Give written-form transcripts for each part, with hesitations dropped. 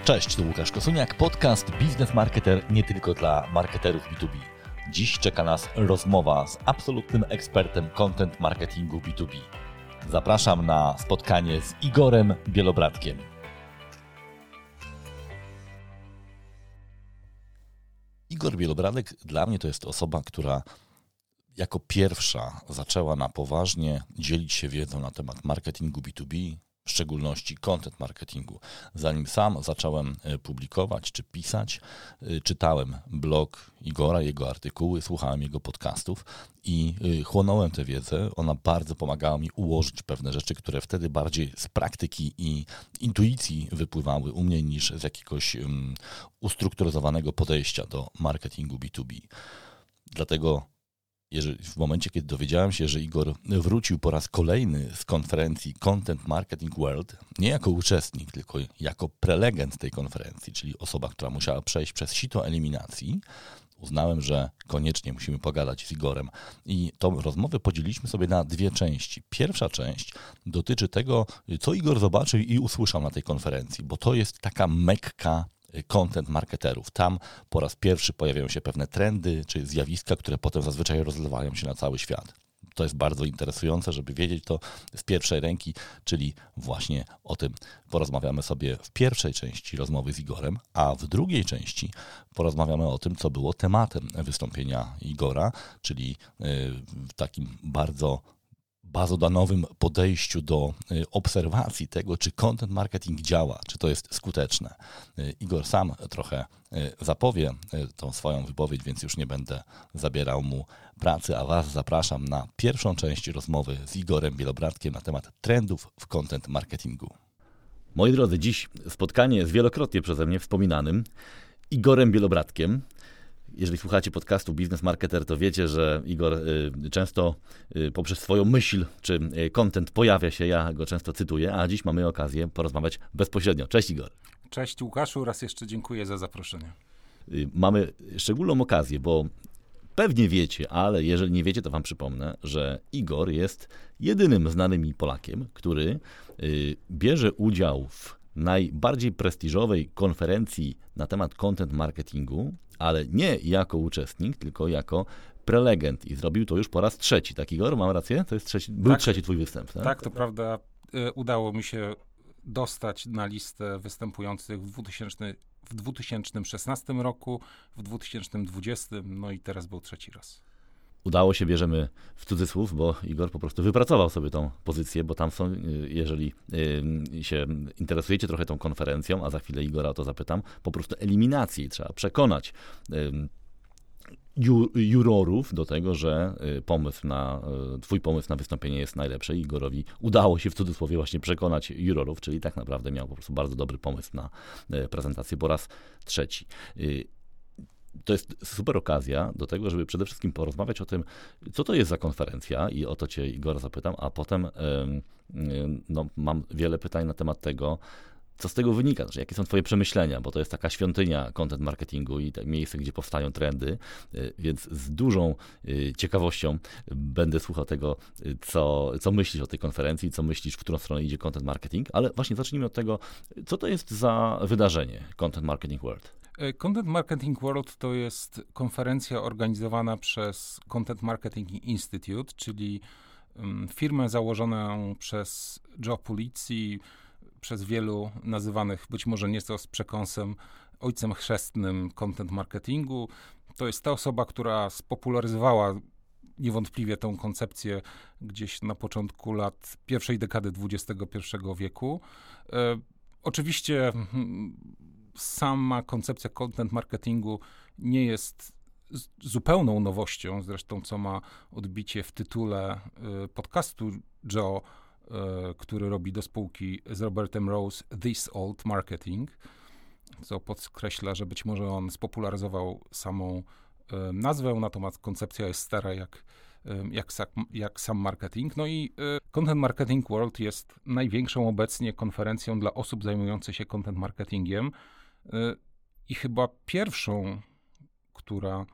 Cześć, to Łukasz Kosuniak, podcast Biznes Marketer nie tylko dla marketerów B2B. Dziś czeka nas rozmowa z absolutnym ekspertem content marketingu B2B. Zapraszam na spotkanie z Igorem Bielobradkiem. Igor Bielobradek dla mnie to jest osoba, która jako pierwsza zaczęła na poważnie dzielić się wiedzą na temat marketingu B2B, w szczególności content marketingu. Zanim sam zacząłem publikować czy pisać, czytałem blog Igora, jego artykuły, słuchałem jego podcastów i chłonąłem tę wiedzę. Ona bardzo pomagała mi ułożyć pewne rzeczy, które wtedy bardziej z praktyki i intuicji wypływały u mnie niż z jakiegoś ustrukturyzowanego podejścia do marketingu B2B. Dlatego w momencie, kiedy dowiedziałem się, że Igor wrócił po raz kolejny z konferencji Content Marketing World, nie jako uczestnik, tylko jako prelegent tej konferencji, czyli osoba, która musiała przejść przez sito eliminacji, uznałem, że koniecznie musimy pogadać z Igorem. I tą rozmowę podzieliliśmy sobie na dwie części. Pierwsza część dotyczy tego, co Igor zobaczył i usłyszał na tej konferencji, bo to jest taka mekka content marketerów. Tam po raz pierwszy pojawiają się pewne trendy czy zjawiska, które potem zazwyczaj rozlewają się na cały świat. To jest bardzo interesujące, żeby wiedzieć to z pierwszej ręki, czyli właśnie o tym porozmawiamy sobie w pierwszej części rozmowy z Igorem, a w drugiej części porozmawiamy o tym, co było tematem wystąpienia Igora, czyli w takim bardzo bazodanowym podejściu do obserwacji tego, czy content marketing działa, czy to jest skuteczne. Igor sam trochę zapowie tą swoją wypowiedź, więc już nie będę zabierał mu pracy, a Was zapraszam na pierwszą część rozmowy z Igorem Bielobradkiem na temat trendów w content marketingu. Moi drodzy, dziś spotkanie z wielokrotnie przeze mnie wspominanym Igorem Bielobradkiem. Jeżeli słuchacie podcastu Biznes Marketer, to wiecie, że Igor często poprzez swoją myśl czy content pojawia się, ja go często cytuję, a dziś mamy okazję porozmawiać bezpośrednio. Cześć Igor. Cześć Łukaszu, raz jeszcze dziękuję za zaproszenie. Mamy szczególną okazję, bo pewnie wiecie, ale jeżeli nie wiecie, to wam przypomnę, że Igor jest jedynym znanym mi Polakiem, który bierze udział w najbardziej prestiżowej konferencji na temat content marketingu, ale nie jako uczestnik, tylko jako prelegent i zrobił to już po raz trzeci. Tak, Igor? Mam rację? To jest trzeci twój występ, tak? Tak, to prawda. Udało mi się dostać na listę występujących w 2016 roku, w 2020, no i teraz był trzeci raz. Udało się, bierzemy w cudzysłów, bo Igor po prostu wypracował sobie tą pozycję, bo tam są, jeżeli się interesujecie trochę tą konferencją, a za chwilę Igora o to zapytam, po prostu eliminacje. Trzeba przekonać jurorów do tego, że twój pomysł na wystąpienie jest najlepszy. Igorowi udało się w cudzysłowie właśnie przekonać jurorów, czyli tak naprawdę miał po prostu bardzo dobry pomysł na prezentację po raz trzeci. To jest super okazja do tego, żeby przede wszystkim porozmawiać o tym, co to jest za konferencja i o to cię, Igor, zapytam, a potem mam wiele pytań na temat tego, co z tego wynika, znaczy jakie są twoje przemyślenia, bo to jest taka świątynia content marketingu i miejsce, gdzie powstają trendy, więc z dużą ciekawością będę słuchał tego, co myślisz o tej konferencji, co myślisz, w którą stronę idzie content marketing, ale właśnie zacznijmy od tego, co to jest za wydarzenie Content Marketing World. Content Marketing World to jest konferencja organizowana przez Content Marketing Institute, czyli firmę założoną przez Joe Pulizzi, przez wielu nazywanych być może nieco z przekąsem ojcem chrzestnym content marketingu. To jest ta osoba, która spopularyzowała niewątpliwie tę koncepcję gdzieś na początku lat pierwszej dekady XXI wieku. Oczywiście sama koncepcja content marketingu nie jest zupełną nowością, zresztą co ma odbicie w tytule podcastu Joe, który robi do spółki z Robertem Rose This Old Marketing, co podkreśla, że być może on spopularyzował samą nazwę, natomiast koncepcja jest stara jak sam marketing. No i Content Marketing World jest największą obecnie konferencją dla osób zajmujących się content marketingiem i chyba pierwszą, która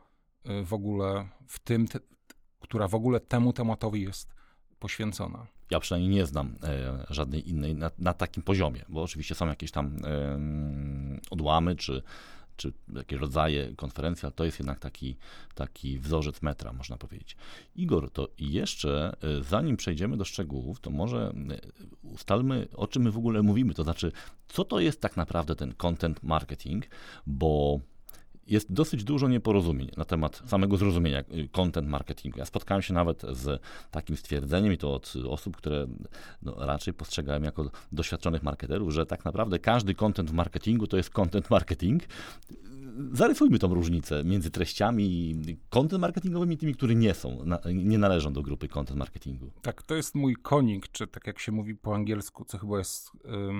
w ogóle temu tematowi jest poświęcona. Ja przynajmniej nie znam żadnej innej na takim poziomie, bo oczywiście są jakieś tam odłamy, czy jakieś rodzaje konferencji, ale to jest jednak taki wzorzec metra, można powiedzieć. Igor, to jeszcze zanim przejdziemy do szczegółów, to może ustalmy, o czym my w ogóle mówimy, to znaczy, co to jest tak naprawdę ten content marketing, bo jest dosyć dużo nieporozumień na temat samego zrozumienia content marketingu. Ja spotkałem się nawet z takim stwierdzeniem, i to od osób, które raczej postrzegałem jako doświadczonych marketerów, że tak naprawdę każdy content w marketingu to jest content marketing. Zarysujmy tą różnicę między treściami content marketingowymi i tymi, które nie należą do grupy content marketingu. Tak, to jest mój konik, czy tak jak się mówi po angielsku, co chyba jest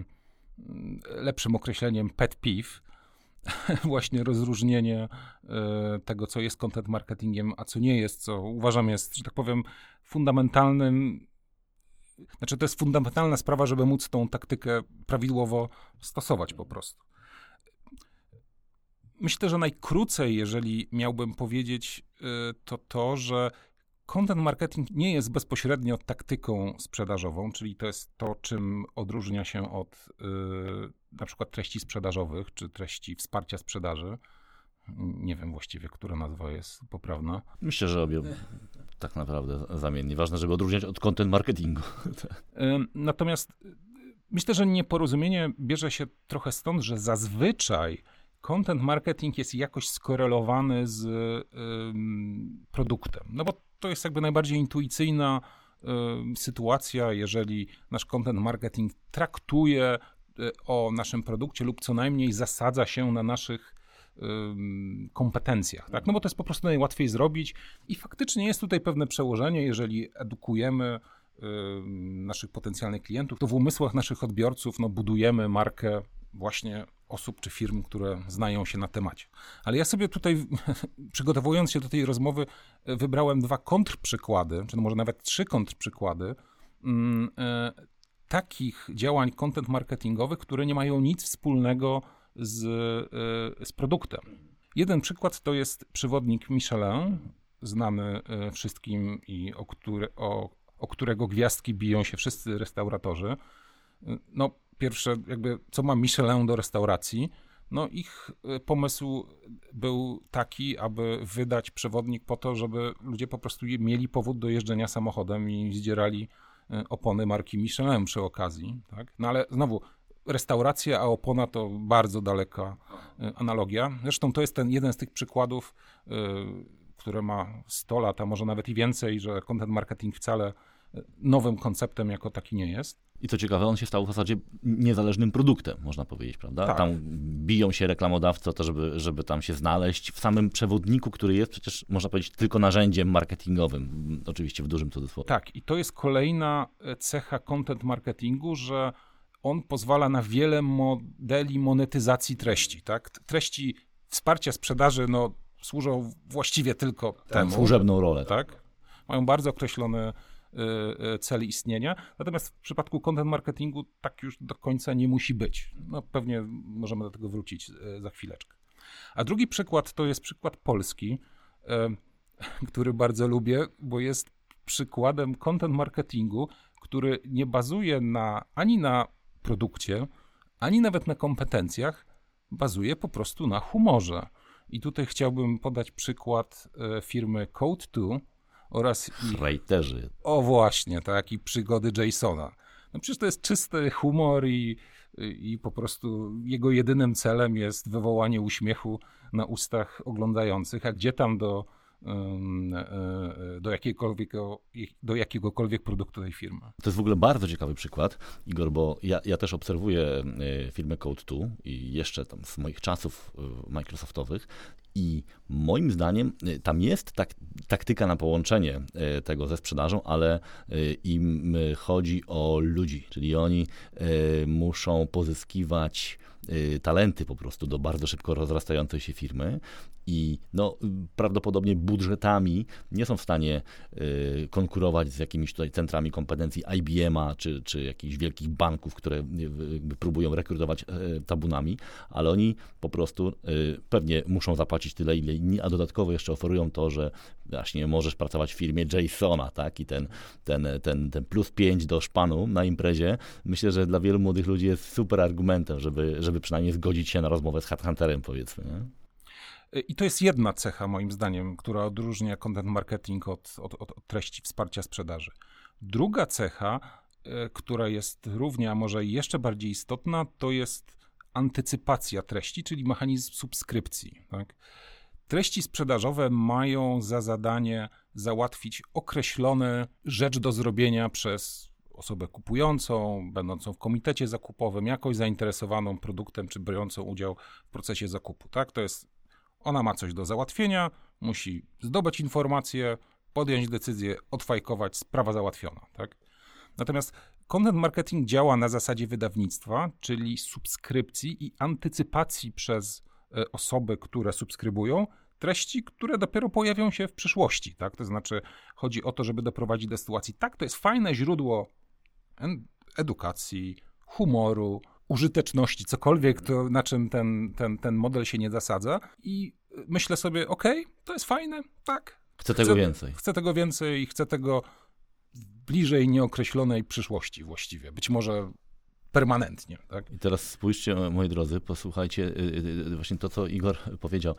lepszym określeniem pet peeve, właśnie rozróżnienie tego, co jest content marketingiem, a co nie jest, co uważam jest, że tak powiem, fundamentalnym. Znaczy, to jest fundamentalna sprawa, żeby móc tą taktykę prawidłowo stosować po prostu. Myślę, że najkrócej, jeżeli miałbym powiedzieć, to, że content marketing nie jest bezpośrednio taktyką sprzedażową, czyli to jest to, czym odróżnia się od na przykład treści sprzedażowych, czy treści wsparcia sprzedaży. Nie wiem właściwie, która nazwa jest poprawna. Myślę, że obie tak naprawdę zamiennie. Ważne, żeby odróżniać od content marketingu. Natomiast myślę, że nieporozumienie bierze się trochę stąd, że zazwyczaj content marketing jest jakoś skorelowany z produktem. No bo to jest jakby najbardziej intuicyjna sytuacja, jeżeli nasz content marketing traktuje o naszym produkcie lub co najmniej zasadza się na naszych kompetencjach, tak? No bo to jest po prostu najłatwiej zrobić i faktycznie jest tutaj pewne przełożenie, jeżeli edukujemy naszych potencjalnych klientów, to w umysłach naszych odbiorców budujemy markę właśnie osób czy firm, które znają się na temacie. Ale ja sobie tutaj, przygotowując się do tej rozmowy, wybrałem 2 kontrprzykłady, czy może nawet 3 kontrprzykłady takich działań content marketingowych, które nie mają nic wspólnego z produktem. Jeden przykład to jest przewodnik Michelin, znany wszystkim i o którego gwiazdki biją się wszyscy restauratorzy. No, pierwsze, jakby, co ma Michelin do restauracji? No, ich pomysł był taki, aby wydać przewodnik po to, żeby ludzie po prostu mieli powód do jeżdżenia samochodem i zdzierali opony marki Michelin przy okazji, tak? No ale znowu, restauracja a opona to bardzo daleka analogia. Zresztą to jest jeden z tych przykładów, które ma 100 lat, a może nawet i więcej, że content marketing wcale nowym konceptem jako taki nie jest. I co ciekawe, on się stał w zasadzie niezależnym produktem, można powiedzieć, prawda? Tak. Tam biją się reklamodawcy o to, żeby tam się znaleźć w samym przewodniku, który jest przecież, można powiedzieć, tylko narzędziem marketingowym, oczywiście w dużym cudzysłowie. Tak, i to jest kolejna cecha content marketingu, że on pozwala na wiele modeli monetyzacji treści, tak? Treści wsparcia sprzedaży, służą właściwie tylko temu. Służebną rolę. Tak? Mają bardzo określony cel istnienia, natomiast w przypadku content marketingu tak już do końca nie musi być. No pewnie możemy do tego wrócić za chwileczkę. A drugi przykład to jest przykład polski, który bardzo lubię, bo jest przykładem content marketingu, który nie bazuje ani na produkcie, ani nawet na kompetencjach, bazuje po prostu na humorze. I tutaj chciałbym podać przykład firmy Code2 oraz Hejterzy. O właśnie, tak, i przygody Jasona. No przecież to jest czysty humor i po prostu jego jedynym celem jest wywołanie uśmiechu na ustach oglądających, a gdzie tam do jakiegokolwiek produktu tej firmy. To jest w ogóle bardzo ciekawy przykład, Igor, bo ja też obserwuję firmę Code2 i jeszcze tam z moich czasów Microsoftowych i moim zdaniem tam jest taktyka na połączenie tego ze sprzedażą, ale im chodzi o ludzi, czyli oni muszą pozyskiwać talenty po prostu do bardzo szybko rozrastającej się firmy i prawdopodobnie budżetami nie są w stanie konkurować z jakimiś tutaj centrami kompetencji IBM-a czy jakichś wielkich banków, które próbują rekrutować tabunami, ale oni po prostu pewnie muszą zapłacić tyle, ile inni, a dodatkowo jeszcze oferują to, że właśnie możesz pracować w firmie Jasona, tak? I ten +5 do szpanu na imprezie, myślę, że dla wielu młodych ludzi jest super argumentem, żeby żeby przynajmniej zgodzić się na rozmowę z headhunterem, powiedzmy. Nie? I to jest jedna cecha, moim zdaniem, która odróżnia content marketing od treści wsparcia sprzedaży. Druga cecha, która jest równie, a może jeszcze bardziej istotna, to jest antycypacja treści, czyli mechanizm subskrypcji. Tak? Treści sprzedażowe mają za zadanie załatwić określone rzecz do zrobienia przez osobę kupującą, będącą w komitecie zakupowym, jakoś zainteresowaną produktem, czy biorącą udział w procesie zakupu. Tak? To jest, ona ma coś do załatwienia, musi zdobyć informacje, podjąć decyzję, odfajkować, sprawa załatwiona. Tak? Natomiast content marketing działa na zasadzie wydawnictwa, czyli subskrypcji i antycypacji przez osoby, które subskrybują, treści, które dopiero pojawią się w przyszłości. Tak? To znaczy chodzi o to, żeby doprowadzić do sytuacji, tak, to jest fajne źródło edukacji, humoru, użyteczności, cokolwiek, to, na czym ten model się nie zasadza i myślę sobie, okej, to jest fajne, tak. Chcę tego więcej. Chcę tego więcej i chcę tego w bliżej nieokreślonej przyszłości właściwie, być może permanentnie. Tak? I teraz spójrzcie, moi drodzy, posłuchajcie właśnie to, co Igor powiedział.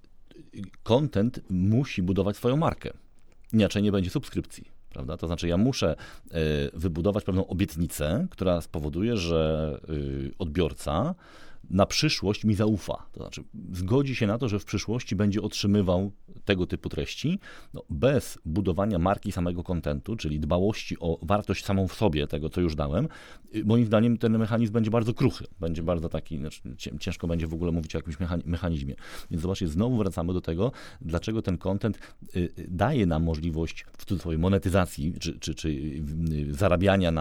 Content musi budować swoją markę, inaczej nie będzie subskrypcji. Prawda? To znaczy ja muszę wybudować pewną obietnicę, która spowoduje, że odbiorca na przyszłość mi zaufa. To znaczy zgodzi się na to, że w przyszłości będzie otrzymywał tego typu treści, bez budowania marki samego kontentu, czyli dbałości o wartość samą w sobie tego, co już dałem. Moim zdaniem ten mechanizm będzie bardzo kruchy, będzie bardzo taki, znaczy, ciężko będzie w ogóle mówić o jakimś mechanizmie. Więc zobaczcie, znowu wracamy do tego, dlaczego ten content daje nam możliwość w cudzysłowie monetyzacji, czy zarabiania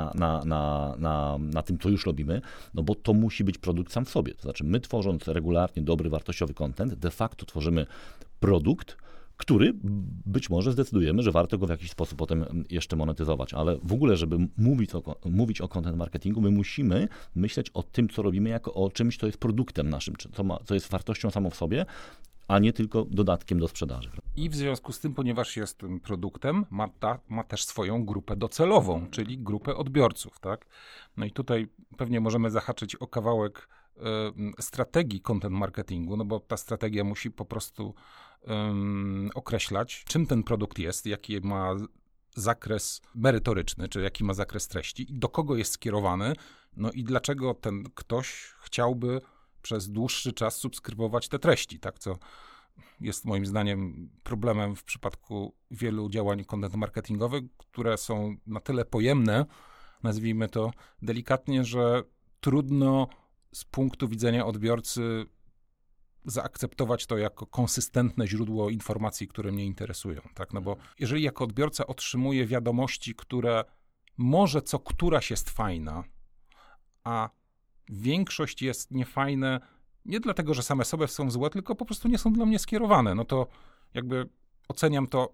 na tym, co już robimy, no bo to musi być produkt sam w sobie. To znaczy my tworząc regularnie dobry, wartościowy content, de facto tworzymy produkt, który być może zdecydujemy, że warto go w jakiś sposób potem jeszcze monetyzować, ale w ogóle, żeby mówić o content marketingu, my musimy myśleć o tym, co robimy, jako o czymś, co jest produktem naszym, co jest wartością samą w sobie, a nie tylko dodatkiem do sprzedaży. I w związku z tym, ponieważ jest tym produktem, ma też swoją grupę docelową, czyli grupę odbiorców. Tak? No i tutaj pewnie możemy zahaczyć o kawałek strategii content marketingu, no bo ta strategia musi po prostu określać, czym ten produkt jest, jaki ma zakres merytoryczny, czy jaki ma zakres treści i do kogo jest skierowany, no i dlaczego ten ktoś chciałby przez dłuższy czas subskrybować te treści, tak, co jest moim zdaniem problemem w przypadku wielu działań content marketingowych, które są na tyle pojemne, nazwijmy to delikatnie, że trudno z punktu widzenia odbiorcy zaakceptować to jako konsystentne źródło informacji, które mnie interesują, tak? No bo jeżeli jako odbiorca otrzymuję wiadomości, które może co któraś jest fajna, a większość jest niefajne nie dlatego, że same sobie są złe, tylko po prostu nie są dla mnie skierowane, no to jakby oceniam to,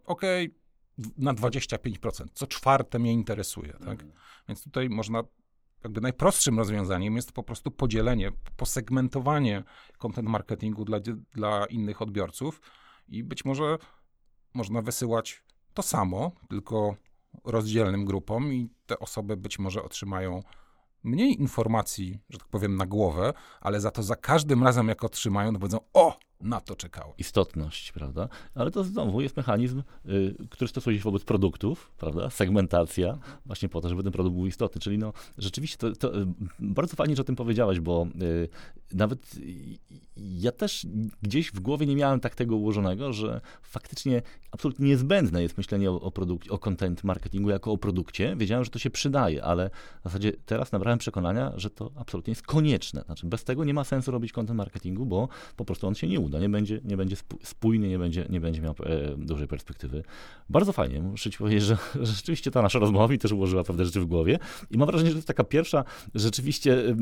na 25%, co czwarte mnie interesuje, tak? Więc tutaj można jakby najprostszym rozwiązaniem jest po prostu podzielenie, posegmentowanie content marketingu dla innych odbiorców i być może można wysyłać to samo, tylko rozdzielnym grupom i te osoby być może otrzymają mniej informacji, że tak powiem, na głowę, ale za to za każdym razem, jak otrzymają, to powiedzą, na to czekało. Istotność, prawda? Ale to znowu jest mechanizm, który stosuje się wobec produktów, prawda? Segmentacja, właśnie po to, żeby ten produkt był istotny. Czyli no, rzeczywiście to bardzo fajnie, że o tym powiedziałeś, bo nawet ja też gdzieś w głowie nie miałem tak tego ułożonego, że faktycznie absolutnie niezbędne jest myślenie o content marketingu jako o produkcie. Wiedziałem, że to się przydaje, ale w zasadzie teraz nabrałem przekonania, że to absolutnie jest konieczne. Znaczy bez tego nie ma sensu robić content marketingu, bo po prostu on się nie uda. Nie będzie spójny, nie będzie miał dużej perspektywy. Bardzo fajnie. Muszę ci powiedzieć, że rzeczywiście ta nasza rozmowa mi też ułożyła pewne rzeczy w głowie i mam wrażenie, że to jest taka pierwsza rzeczywiście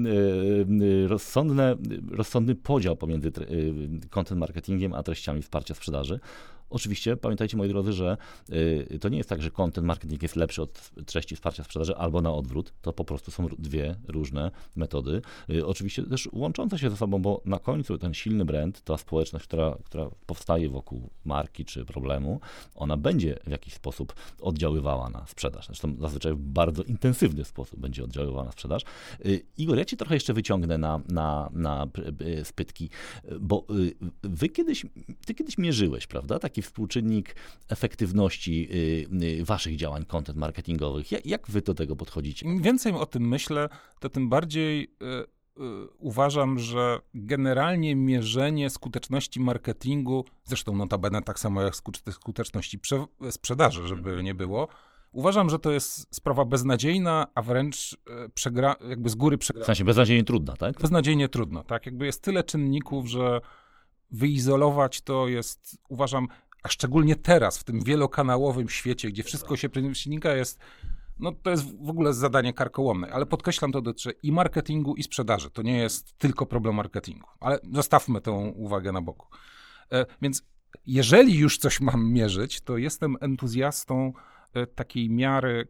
rozsądny podział pomiędzy content marketingiem a treściami wsparcia sprzedaży. Oczywiście pamiętajcie, moi drodzy, że to nie jest tak, że content marketing jest lepszy od treści wsparcia sprzedaży albo na odwrót. To po prostu są dwie różne metody. Oczywiście też łączące się ze sobą, bo na końcu ten silny brand, ta społeczność, która powstaje wokół marki czy problemu, ona będzie w jakiś sposób oddziaływała na sprzedaż. Zresztą zazwyczaj w bardzo intensywny sposób będzie oddziaływała na sprzedaż. Igor, ja ci trochę jeszcze wyciągnę na spytki, bo ty kiedyś mierzyłeś, prawda, taki współczynnik efektywności waszych działań content marketingowych. Jak wy do tego podchodzicie? Im więcej o tym myślę, to tym bardziej uważam, że generalnie mierzenie skuteczności marketingu, zresztą notabene tak samo jak skuteczności sprzedaży, żeby nie było, uważam, że to jest sprawa beznadziejna, a wręcz jakby z góry przegrana. W sensie beznadziejnie trudna, tak? Beznadziejnie trudno, tak? Jakby jest tyle czynników, że wyizolować to jest, uważam, a szczególnie teraz, w tym wielokanałowym świecie, gdzie wszystko się przenika, jest, no to jest w ogóle zadanie karkołomne, ale podkreślam, to dotyczy i marketingu, i sprzedaży. To nie jest tylko problem marketingu, ale zostawmy tę uwagę na boku. Więc jeżeli już coś mam mierzyć, to jestem entuzjastą takiej miary,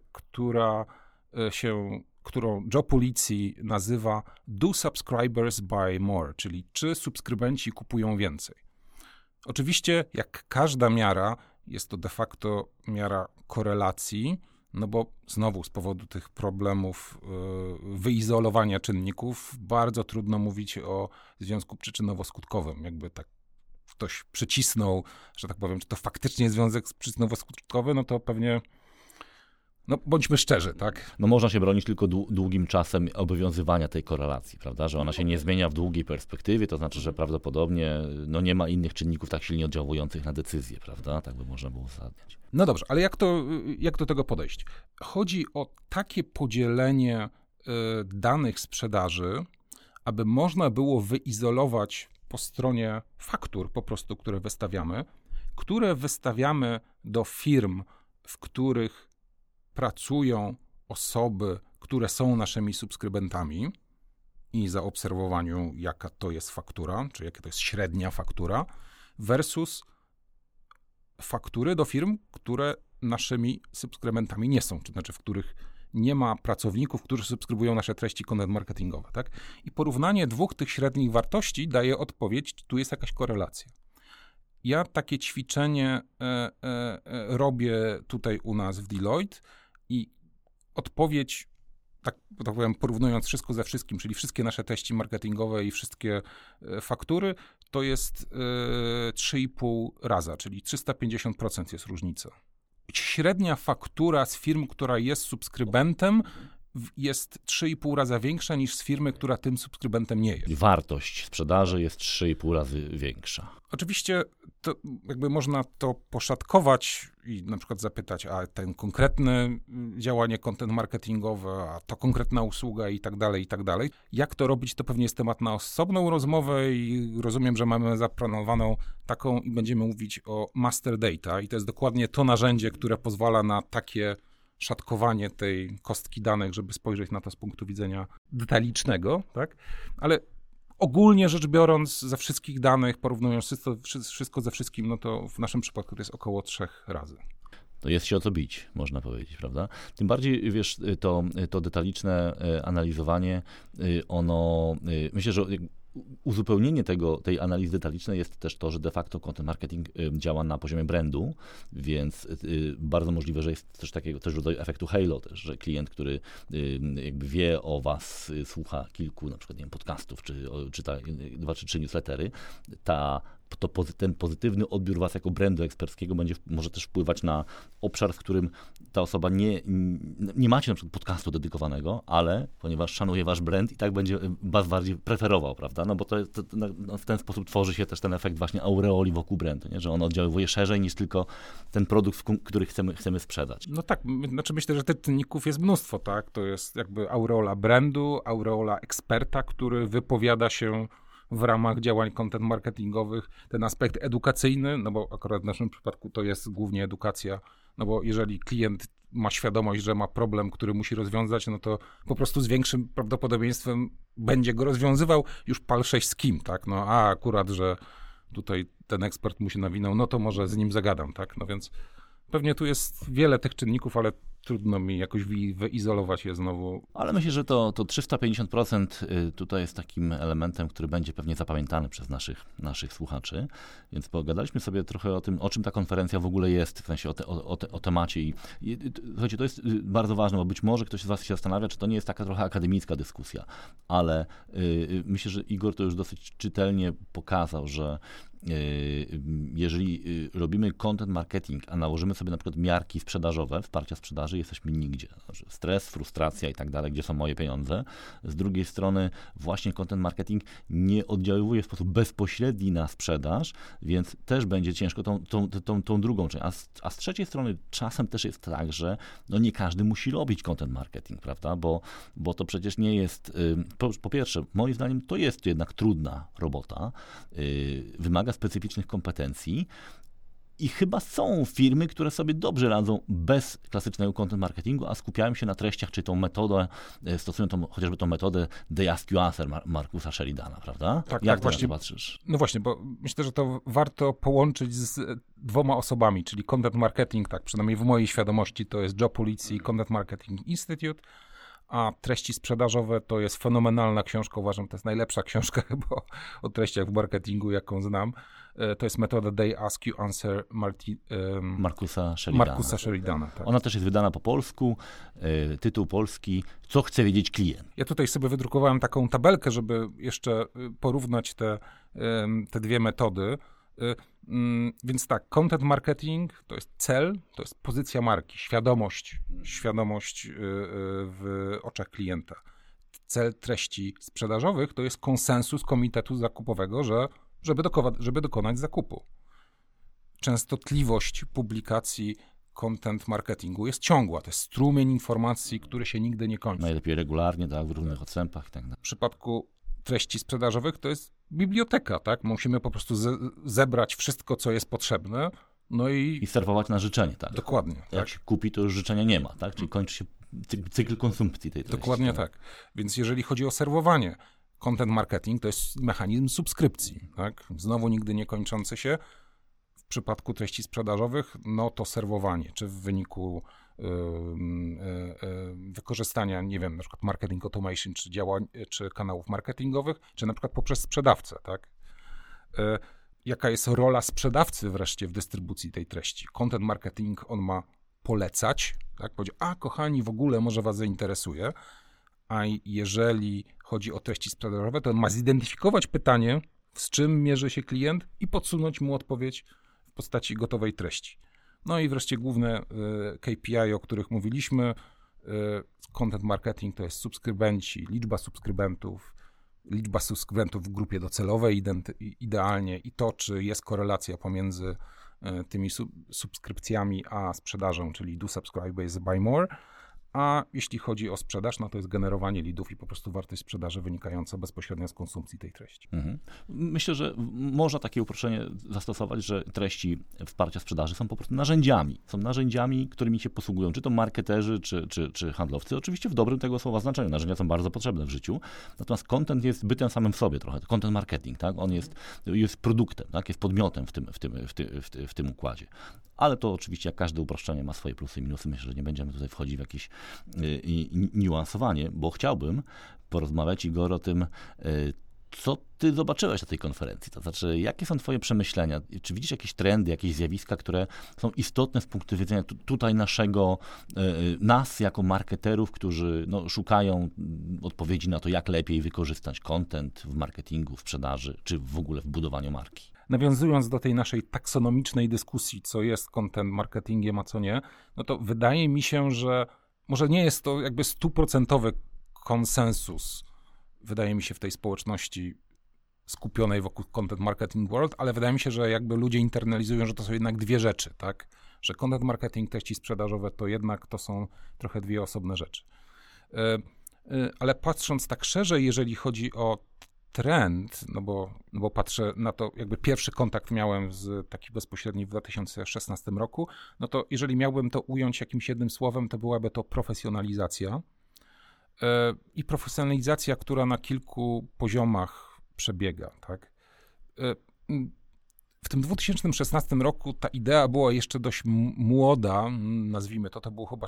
którą Joe Pulizzi nazywa Do Subscribers Buy More, czyli czy subskrybenci kupują więcej. Oczywiście, jak każda miara, jest to de facto miara korelacji, no bo znowu z powodu tych problemów wyizolowania czynników bardzo trudno mówić o związku przyczynowo-skutkowym. Jakby tak ktoś przycisnął, że tak powiem, czy to faktycznie jest związek przyczynowo-skutkowy, no to pewnie, no bądźmy szczerzy, tak? No można się bronić tylko długim czasem obowiązywania tej korelacji, prawda, że ona się nie zmienia w długiej perspektywie, to znaczy, że prawdopodobnie no nie ma innych czynników tak silnie oddziałujących na decyzję, prawda, tak by można było uzasadniać. No dobrze, ale jak do tego podejść? Chodzi o takie podzielenie danych sprzedaży, aby można było wyizolować po stronie faktur po prostu, które wystawiamy do firm, w których pracują osoby, które są naszymi subskrybentami i zaobserwowaniu, jaka to jest faktura, czy jaka to jest średnia faktura, versus faktury do firm, które naszymi subskrybentami nie są, czy znaczy w których nie ma pracowników, którzy subskrybują nasze treści content marketingowe, tak? I porównanie dwóch tych średnich wartości daje odpowiedź, czy tu jest jakaś korelacja. Ja takie ćwiczenie robię tutaj u nas w Deloitte i odpowiedź, tak powiem, porównując wszystko ze wszystkim, czyli wszystkie nasze treści marketingowe i wszystkie faktury, to jest 3,5 raza, czyli 350% jest różnica. Średnia faktura z firm, która jest subskrybentem, jest 3,5 raza większa niż z firmy, która tym subskrybentem nie jest. Wartość sprzedaży jest 3,5 razy większa. Oczywiście to jakby można to poszatkować i na przykład zapytać, a ten konkretne działanie content marketingowe, a to konkretna usługa i tak dalej. Jak to robić, to pewnie jest temat na osobną rozmowę i rozumiem, że mamy zaplanowaną taką i będziemy mówić o master data i to jest dokładnie to narzędzie, które pozwala na takie szatkowanie tej kostki danych, żeby spojrzeć na to z punktu widzenia detalicznego, tak? Ale ogólnie rzecz biorąc, ze wszystkich danych, porównując wszystko ze wszystkim, no to w naszym przypadku to jest około 3 razy. To jest się o co bić, można powiedzieć, prawda? Tym bardziej, wiesz, to detaliczne analizowanie, ono, myślę, że uzupełnienie tej analizy detalicznej jest też to, że de facto content marketing działa na poziomie brandu, więc bardzo możliwe, że jest też rodzaj efektu halo też, że klient, który jakby wie o was, słucha kilku na przykład, nie wiem, podcastów, czy czyta 2 czy 3 newslettery, ten pozytywny odbiór was jako brandu eksperckiego może też wpływać na obszar, w którym ta osoba nie macie na przykład podcastu dedykowanego, ale ponieważ szanuje wasz brand i tak będzie was bardziej preferował, prawda? No bo w ten sposób tworzy się też ten efekt właśnie aureoli wokół brandu, nie? Że on oddziaływuje szerzej niż tylko ten produkt, który chcemy sprzedać. No tak, znaczy myślę, że tych czynników jest mnóstwo, tak? To jest jakby aureola brandu, aureola eksperta, który wypowiada się w ramach działań content marketingowych, ten aspekt edukacyjny, no bo akurat w naszym przypadku to jest głównie edukacja, no bo jeżeli klient ma świadomość, że ma problem, który musi rozwiązać, no to po prostu z większym prawdopodobieństwem będzie go rozwiązywał, już palszej z kim, tak? No a akurat, że tutaj ten ekspert mu się nawinął, no to może z nim zagadam, tak? No więc pewnie tu jest wiele tych czynników, ale trudno mi jakoś wyizolować je znowu. Ale myślę, że to 350% tutaj jest takim elementem, który będzie pewnie zapamiętany przez naszych słuchaczy. Więc pogadaliśmy sobie trochę o tym, o czym ta konferencja w ogóle jest, w sensie o temacie. Słuchajcie, to jest bardzo ważne, bo być może ktoś z was się zastanawia, czy to nie jest taka trochę akademicka dyskusja, ale myślę, że Igor to już dosyć czytelnie pokazał, że jeżeli robimy content marketing, a nałożymy sobie na przykład miarki sprzedażowe, wsparcia sprzedaży, jesteśmy nigdzie. Stres, frustracja i tak dalej, gdzie są moje pieniądze. Z drugiej strony właśnie content marketing nie oddziaływuje w sposób bezpośredni na sprzedaż, więc też będzie ciężko tą drugą część. A z trzeciej strony czasem też jest tak, że no nie każdy musi robić content marketing, prawda? Bo to przecież nie jest, po pierwsze, moim zdaniem to jest jednak trudna robota, wymaga specyficznych kompetencji i chyba są firmy, które sobie dobrze radzą bez klasycznego content marketingu, a skupiają się na treściach, czy tą metodę, stosują chociażby tą metodę They Ask You Answer Markusa Sheridana, prawda? Tak, Jak tak, ty właśnie, na to patrzysz? No właśnie, bo myślę, że to warto połączyć z dwoma osobami, czyli content marketing, tak przynajmniej w mojej świadomości to jest Joe Pulizzi Content Marketing Institute, a treści sprzedażowe to jest fenomenalna książka, uważam, to jest najlepsza książka chyba o treściach w marketingu, jaką znam. To jest metoda They Ask You Answer Markusa Sheridana. Tak. Ona też jest wydana po polsku, tytuł polski, Co chce wiedzieć klient. Ja tutaj sobie wydrukowałem taką tabelkę, żeby jeszcze porównać te dwie metody. Więc tak, content marketing to jest cel, to jest pozycja marki, świadomość w oczach klienta. Cel treści sprzedażowych to jest konsensus komitetu zakupowego, żeby dokonać zakupu. Częstotliwość publikacji content marketingu jest ciągła. To jest strumień informacji, który się nigdy nie kończy. Najlepiej regularnie, tak, w różnych odstępach i tak dalej. W przypadku treści sprzedażowych to jest biblioteka, tak? Musimy po prostu zebrać wszystko, co jest potrzebne, no i serwować na życzenie, tak? Dokładnie. Jak tak? się kupi, to już życzenia nie ma, tak? Czyli kończy się cykl konsumpcji tej treści. Dokładnie tak. Więc jeżeli chodzi o serwowanie, content marketing to jest mechanizm subskrypcji, tak? Znowu nigdy nie kończący się. W przypadku treści sprzedażowych, no to serwowanie, czy w wyniku wykorzystania, nie wiem, na przykład marketing automation, czy kanałów marketingowych, czy na przykład poprzez sprzedawcę, tak? Jaka jest rola sprzedawcy wreszcie w dystrybucji tej treści? Content marketing, on ma polecać, tak? Powiedzieć, kochani, w ogóle może was zainteresuje, a jeżeli chodzi o treści sprzedażowe, to on ma zidentyfikować pytanie, z czym mierzy się klient i podsunąć mu odpowiedź w postaci gotowej treści. No i wreszcie główne KPI, o których mówiliśmy. Content marketing to jest subskrybenci, liczba subskrybentów w grupie docelowej idealnie i to, czy jest korelacja pomiędzy tymi subskrypcjami a sprzedażą, czyli do subscribe is buy more. A jeśli chodzi o sprzedaż, no to jest generowanie leadów i po prostu wartość sprzedaży wynikająca bezpośrednio z konsumpcji tej treści. Mhm. Myślę, że można takie uproszczenie zastosować, że treści wsparcia sprzedaży są po prostu narzędziami. Są narzędziami, którymi się posługują, czy to marketerzy, czy handlowcy. Oczywiście w dobrym tego słowa znaczeniu. Narzędzia są bardzo potrzebne w życiu. Natomiast content jest bytem samym w sobie trochę. Content marketing, tak? On jest produktem, tak? Jest podmiotem w tym układzie. Ale to oczywiście jak każde uproszczenie ma swoje plusy i minusy. Myślę, że nie będziemy tutaj wchodzić w jakieś niuansowanie, bo chciałbym porozmawiać, Igor, o tym, co ty zobaczyłeś na tej konferencji. To znaczy, jakie są twoje przemyślenia? Czy widzisz jakieś trendy, jakieś zjawiska, które są istotne z punktu widzenia tutaj nas jako marketerów, którzy szukają odpowiedzi na to, jak lepiej wykorzystać content w marketingu, w sprzedaży, czy w ogóle w budowaniu marki? Nawiązując do tej naszej taksonomicznej dyskusji, co jest content marketingiem, a co nie, no to wydaje mi się, że może nie jest to jakby 100% konsensus, wydaje mi się, w tej społeczności skupionej wokół Content Marketing World, ale wydaje mi się, że jakby ludzie internalizują, że to są jednak dwie rzeczy, tak? Że content marketing, treści sprzedażowe to jednak to są trochę dwie osobne rzeczy. Ale patrząc tak szerzej, jeżeli chodzi o trend, no bo patrzę na to, jakby pierwszy kontakt miałem taki bezpośredni w 2016 roku, no to jeżeli miałbym to ująć jakimś jednym słowem, to byłaby to profesjonalizacja. I profesjonalizacja, która na kilku poziomach przebiega, tak? tym 2016 roku ta idea była jeszcze dość młoda, nazwijmy to był chyba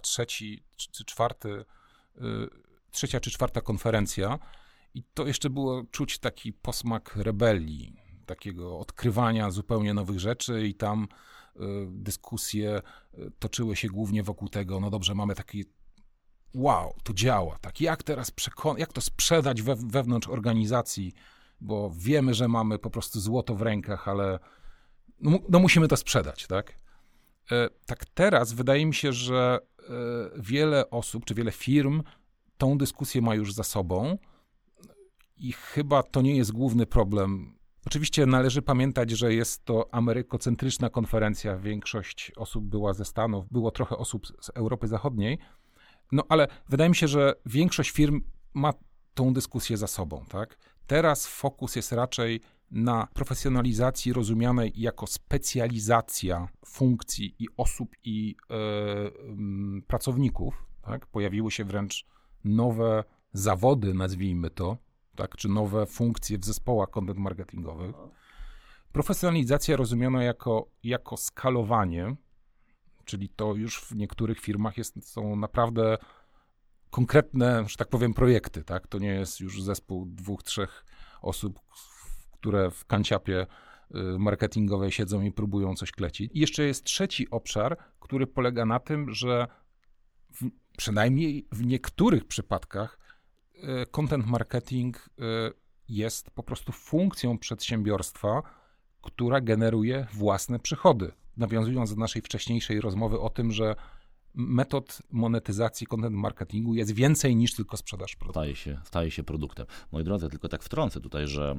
trzecia czy czwarta konferencja i to jeszcze było czuć taki posmak rebelii, takiego odkrywania zupełnie nowych rzeczy i tam dyskusje toczyły się głównie wokół tego, no dobrze, mamy taki wow, to działa, tak, jak teraz jak to sprzedać wewnątrz organizacji, bo wiemy, że mamy po prostu złoto w rękach, ale no musimy to sprzedać, tak? Tak teraz wydaje mi się, że wiele osób, czy wiele firm tą dyskusję ma już za sobą i chyba to nie jest główny problem. Oczywiście należy pamiętać, że jest to amerykocentryczna konferencja, większość osób była ze Stanów, było trochę osób z Europy Zachodniej, no ale wydaje mi się, że większość firm ma tą dyskusję za sobą, tak? Teraz fokus jest raczej na profesjonalizacji rozumianej jako specjalizacja funkcji i osób i pracowników, tak? Pojawiły się wręcz nowe zawody, nazwijmy to, tak? Czy nowe funkcje w zespołach content marketingowych. Profesjonalizacja rozumiana jako skalowanie, czyli to już w niektórych firmach są naprawdę konkretne, że tak powiem, projekty, tak? To nie jest już zespół 2-3 osób, które w kanciapie marketingowej siedzą i próbują coś klecić. I jeszcze jest trzeci obszar, który polega na tym, że przynajmniej w niektórych przypadkach content marketing jest po prostu funkcją przedsiębiorstwa, która generuje własne przychody. Nawiązując do naszej wcześniejszej rozmowy o tym, że metod monetyzacji content marketingu jest więcej niż tylko sprzedaż produktu. Staje się produktem. Moi drodzy, tylko tak wtrącę tutaj, że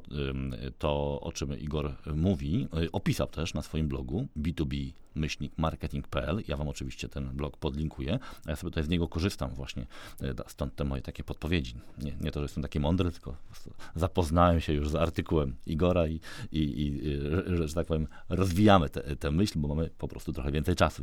to o czym Igor mówi, opisał też na swoim blogu b2b-marketing.pl. Ja wam oczywiście ten blog podlinkuję, a ja sobie tutaj z niego korzystam właśnie, stąd te moje takie podpowiedzi. Nie to, że jestem taki mądry, tylko zapoznałem się już z artykułem Igora i że tak powiem, rozwijamy tę myśl, bo mamy po prostu trochę więcej czasu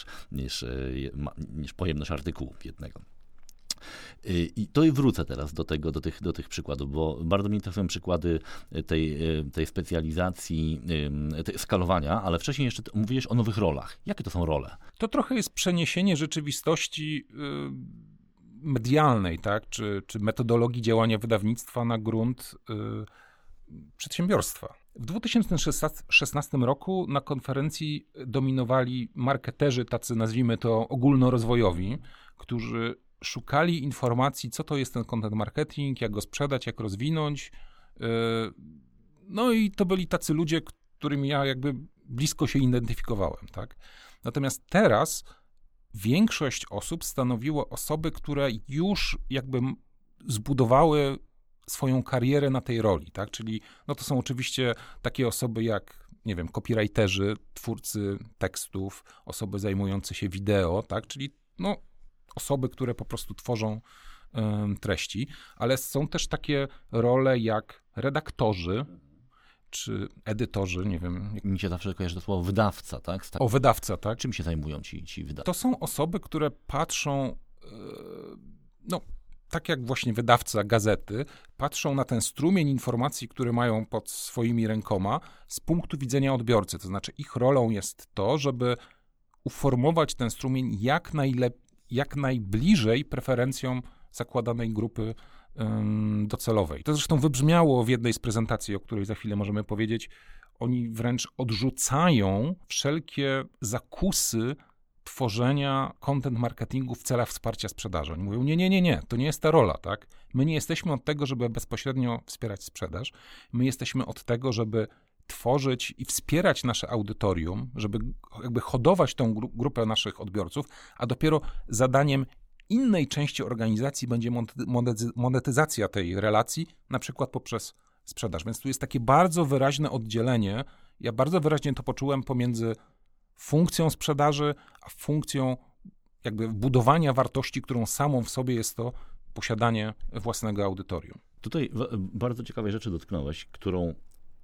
niż pojemność artykułu jednego. I to i wrócę teraz do tych przykładów, bo bardzo mnie interesują przykłady tej specjalizacji, tej skalowania, ale wcześniej jeszcze mówiłeś o nowych rolach. Jakie to są role? To trochę jest przeniesienie rzeczywistości medialnej, tak? czy metodologii działania wydawnictwa na grunt przedsiębiorstwa. W 2016 roku na konferencji dominowali marketerzy, tacy nazwijmy to ogólnorozwojowi, którzy szukali informacji, co to jest ten content marketing, jak go sprzedać, jak rozwinąć. No i to byli tacy ludzie, którymi ja jakby blisko się identyfikowałem, tak? Natomiast teraz większość osób stanowiło osoby, które już jakby zbudowały swoją karierę na tej roli, tak? Czyli no to są oczywiście takie osoby jak, nie wiem, copywriterzy, twórcy tekstów, osoby zajmujące się wideo, tak? Czyli no osoby, które po prostu tworzą treści, ale są też takie role jak redaktorzy, czy edytorzy, nie wiem. Mi się zawsze kojarzy to słowo wydawca, tak? Wydawca, tak? Czym się zajmują ci wydawcy? To są osoby, które patrzą, no tak jak właśnie wydawca gazety, patrzą na ten strumień informacji, które mają pod swoimi rękoma z punktu widzenia odbiorcy. To znaczy ich rolą jest to, żeby uformować ten strumień jak najbliżej preferencjom zakładanej grupy docelowej. To zresztą wybrzmiało w jednej z prezentacji, o której za chwilę możemy powiedzieć. Oni wręcz odrzucają wszelkie zakusy tworzenia content marketingu w celach wsparcia sprzedaży. Oni mówią, nie, to nie jest ta rola, tak? My nie jesteśmy od tego, żeby bezpośrednio wspierać sprzedaż. My jesteśmy od tego, żeby tworzyć i wspierać nasze audytorium, żeby jakby hodować tą grupę naszych odbiorców, a dopiero zadaniem innej części organizacji będzie monetyzacja tej relacji, na przykład poprzez sprzedaż. Więc tu jest takie bardzo wyraźne oddzielenie. Ja bardzo wyraźnie to poczułem pomiędzy funkcją sprzedaży, a funkcją jakby budowania wartości, którą samą w sobie jest to posiadanie własnego audytorium. Tutaj bardzo ciekawej rzeczy dotknąłeś, którą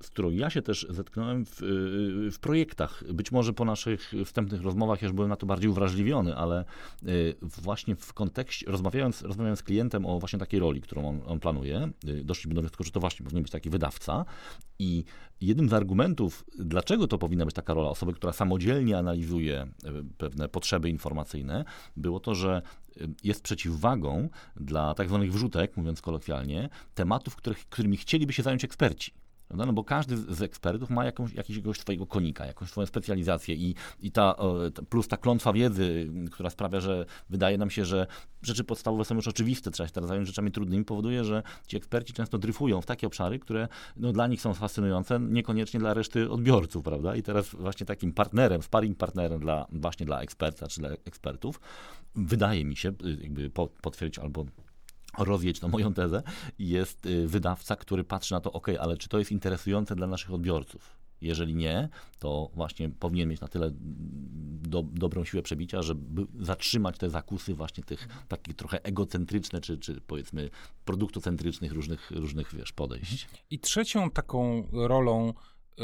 z którą ja się też zetknąłem w projektach. Być może po naszych wstępnych rozmowach już byłem na to bardziej uwrażliwiony, ale właśnie w kontekście, rozmawiając z klientem o właśnie takiej roli, którą on planuje, doszliśmy do wniosku, że to właśnie powinien być taki wydawca i jednym z argumentów, dlaczego to powinna być taka rola osoby, która samodzielnie analizuje pewne potrzeby informacyjne, było to, że jest przeciwwagą dla tak zwanych wrzutek, mówiąc kolokwialnie, tematów, którymi chcieliby się zająć eksperci. Prawda? No bo każdy z ekspertów ma jakiegoś swojego konika, jakąś swoją specjalizację i plus ta klątwa wiedzy, która sprawia, że wydaje nam się, że rzeczy podstawowe są już oczywiste, trzeba się teraz zająć rzeczami trudnymi, powoduje, że ci eksperci często dryfują w takie obszary, które dla nich są fascynujące, niekoniecznie dla reszty odbiorców, prawda? I teraz właśnie takim partnerem, sparring partnerem właśnie dla eksperta czy dla ekspertów, wydaje mi się, jakby potwierdzić albo rozwieć na moją tezę, jest wydawca, który patrzy na to, ale czy to jest interesujące dla naszych odbiorców? Jeżeli nie, to właśnie powinien mieć na tyle dobrą siłę przebicia, żeby zatrzymać te zakusy właśnie tych takich trochę egocentryczne, czy powiedzmy produktocentrycznych różnych podejść. I trzecią taką rolą,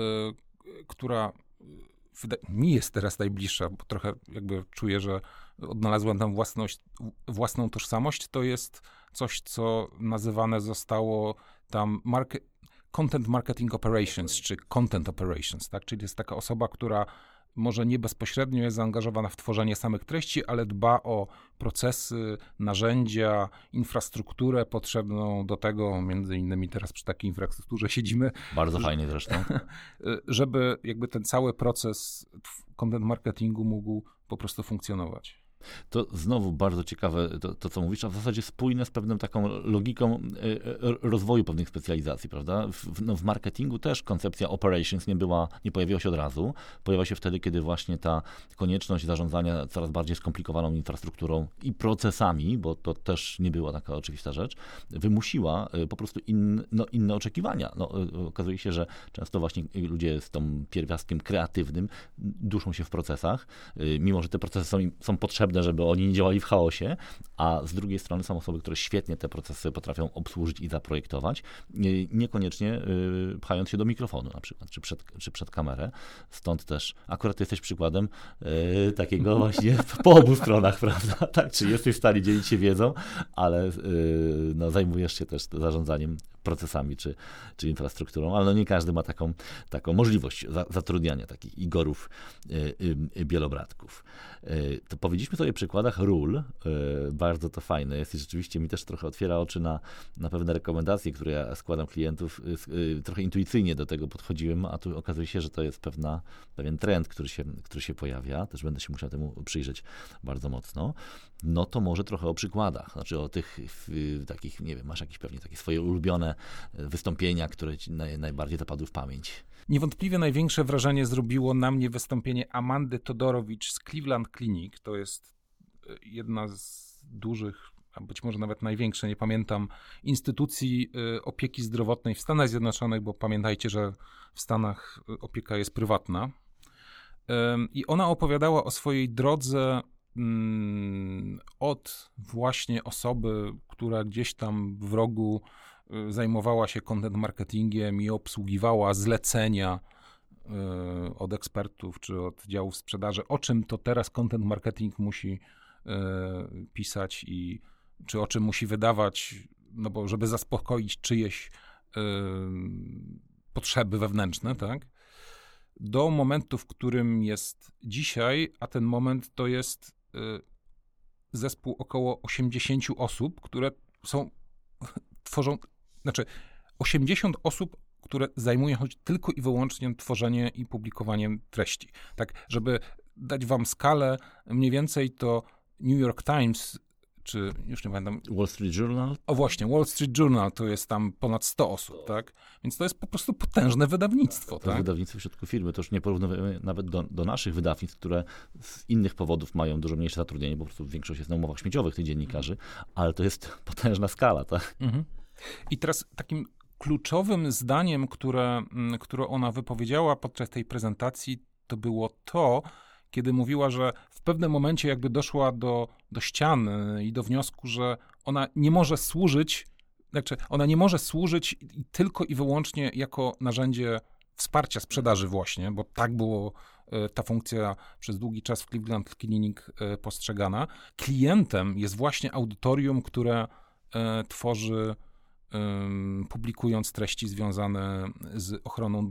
która mi jest teraz najbliższa, bo trochę jakby czuję, że odnalazłem tam własną tożsamość, to jest coś, co nazywane zostało tam Content Marketing Operations, czy Content Operations, tak? Czyli jest taka osoba, która może nie bezpośrednio jest zaangażowana w tworzenie samych treści, ale dba o procesy, narzędzia, infrastrukturę potrzebną do tego, między innymi teraz przy takiej infrastrukturze siedzimy. Bardzo fajnie zresztą. Żeby jakby ten cały proces content marketingu mógł po prostu funkcjonować. To znowu bardzo ciekawe to, co mówisz, a w zasadzie spójne z pewną taką logiką rozwoju pewnych specjalizacji, prawda? W marketingu też koncepcja operations nie pojawiła się od razu. Pojawiła się wtedy, kiedy właśnie ta konieczność zarządzania coraz bardziej skomplikowaną infrastrukturą i procesami, bo to też nie była taka oczywista rzecz, wymusiła po prostu inne oczekiwania. Okazuje się, że często właśnie ludzie z tą pierwiastkiem kreatywnym duszą się w procesach, mimo że te procesy są potrzebne, żeby oni nie działali w chaosie, a z drugiej strony są osoby, które świetnie te procesy potrafią obsłużyć i zaprojektować, niekoniecznie pchając się do mikrofonu na przykład, czy przed kamerę. Stąd też akurat jesteś przykładem takiego właśnie po obu stronach, prawda? Tak, czy jesteś w stanie dzielić się wiedzą, ale zajmujesz się też zarządzaniem procesami czy infrastrukturą, ale nie każdy ma taką możliwość zatrudniania takich Igorów Bielobratków. To powiedzieliśmy sobie o przykładach ról. Bardzo to fajne jest i rzeczywiście mi też trochę otwiera oczy na pewne rekomendacje, które ja składam klientów. Trochę intuicyjnie do tego podchodziłem, a tu okazuje się, że to jest pewien trend, który się pojawia. Też będę się musiał temu przyjrzeć bardzo mocno. No to może trochę o przykładach, znaczy o tych takich, nie wiem, masz jakieś pewnie takie swoje ulubione wystąpienia, które ci najbardziej zapadły w pamięć. Niewątpliwie największe wrażenie zrobiło na mnie wystąpienie Amandy Todorowicz z Cleveland Clinic. To jest jedna z dużych, a być może nawet największa, nie pamiętam, instytucji opieki zdrowotnej w Stanach Zjednoczonych, bo pamiętajcie, że w Stanach opieka jest prywatna. I ona opowiadała o swojej drodze od właśnie osoby, która gdzieś tam w rogu zajmowała się content marketingiem i obsługiwała zlecenia od ekspertów czy od działów sprzedaży, o czym to teraz content marketing musi pisać i czy o czym musi wydawać, no bo żeby zaspokoić czyjeś potrzeby wewnętrzne, tak? Do momentu, w którym jest dzisiaj, a ten moment to jest zespół około 80 osób, które tworzą, znaczy 80 osób, które zajmują się tylko i wyłącznie tworzeniem i publikowaniem treści. Tak, żeby dać wam skalę, mniej więcej to New York Times, czy już nie pamiętam. Wall Street Journal? O właśnie, Wall Street Journal to jest tam ponad 100 osób, tak? Więc to jest po prostu potężne wydawnictwo, tak? Wydawnictwo w środku firmy, to już nie porównujemy nawet do naszych wydawnictw, które z innych powodów mają dużo mniejsze zatrudnienie, bo po prostu większość jest na umowach śmieciowych tych dziennikarzy, ale to jest potężna skala, tak? Mhm. I teraz takim kluczowym zdaniem, które ona wypowiedziała podczas tej prezentacji, to było to, kiedy mówiła, że w pewnym momencie jakby doszła do ściany i do wniosku, że ona nie może służyć tylko i wyłącznie jako narzędzie wsparcia sprzedaży właśnie, bo tak było ta funkcja przez długi czas w Cleveland Clinic postrzegana. Klientem jest właśnie audytorium, które tworzy, publikując treści związane z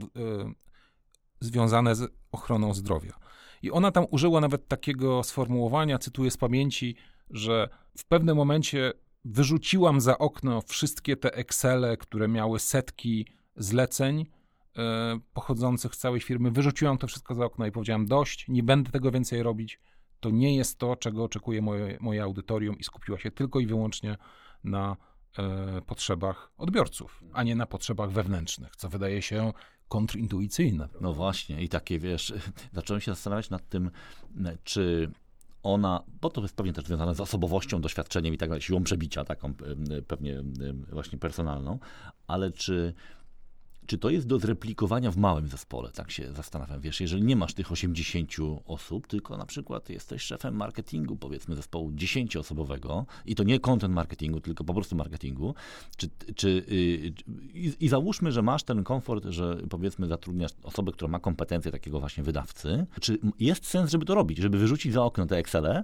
ochroną zdrowia. I ona tam użyła nawet takiego sformułowania, cytuję z pamięci, że w pewnym momencie wyrzuciłam za okno wszystkie te Excele, które miały setki zleceń pochodzących z całej firmy. Wyrzuciłam to wszystko za okno i powiedziałam: dość, nie będę tego więcej robić. To nie jest to, czego oczekuje moje audytorium, i skupiła się tylko i wyłącznie na potrzebach odbiorców, a nie na potrzebach wewnętrznych, co wydaje się kontrintuicyjne. No właśnie, i takie, wiesz, zacząłem się zastanawiać nad tym, czy ona, bo to jest pewnie też związane z osobowością, doświadczeniem i tak dalej, siłą przebicia taką pewnie właśnie personalną, ale czy to jest do zreplikowania w małym zespole? Tak się zastanawiam. Wiesz, jeżeli nie masz tych 80 osób, tylko na przykład jesteś szefem marketingu, powiedzmy zespołu 10-osobowego i to nie content marketingu, tylko po prostu marketingu, i załóżmy, że masz ten komfort, że powiedzmy zatrudniasz osobę, która ma kompetencje takiego właśnie wydawcy, czy jest sens, żeby to robić, żeby wyrzucić za okno te Excele,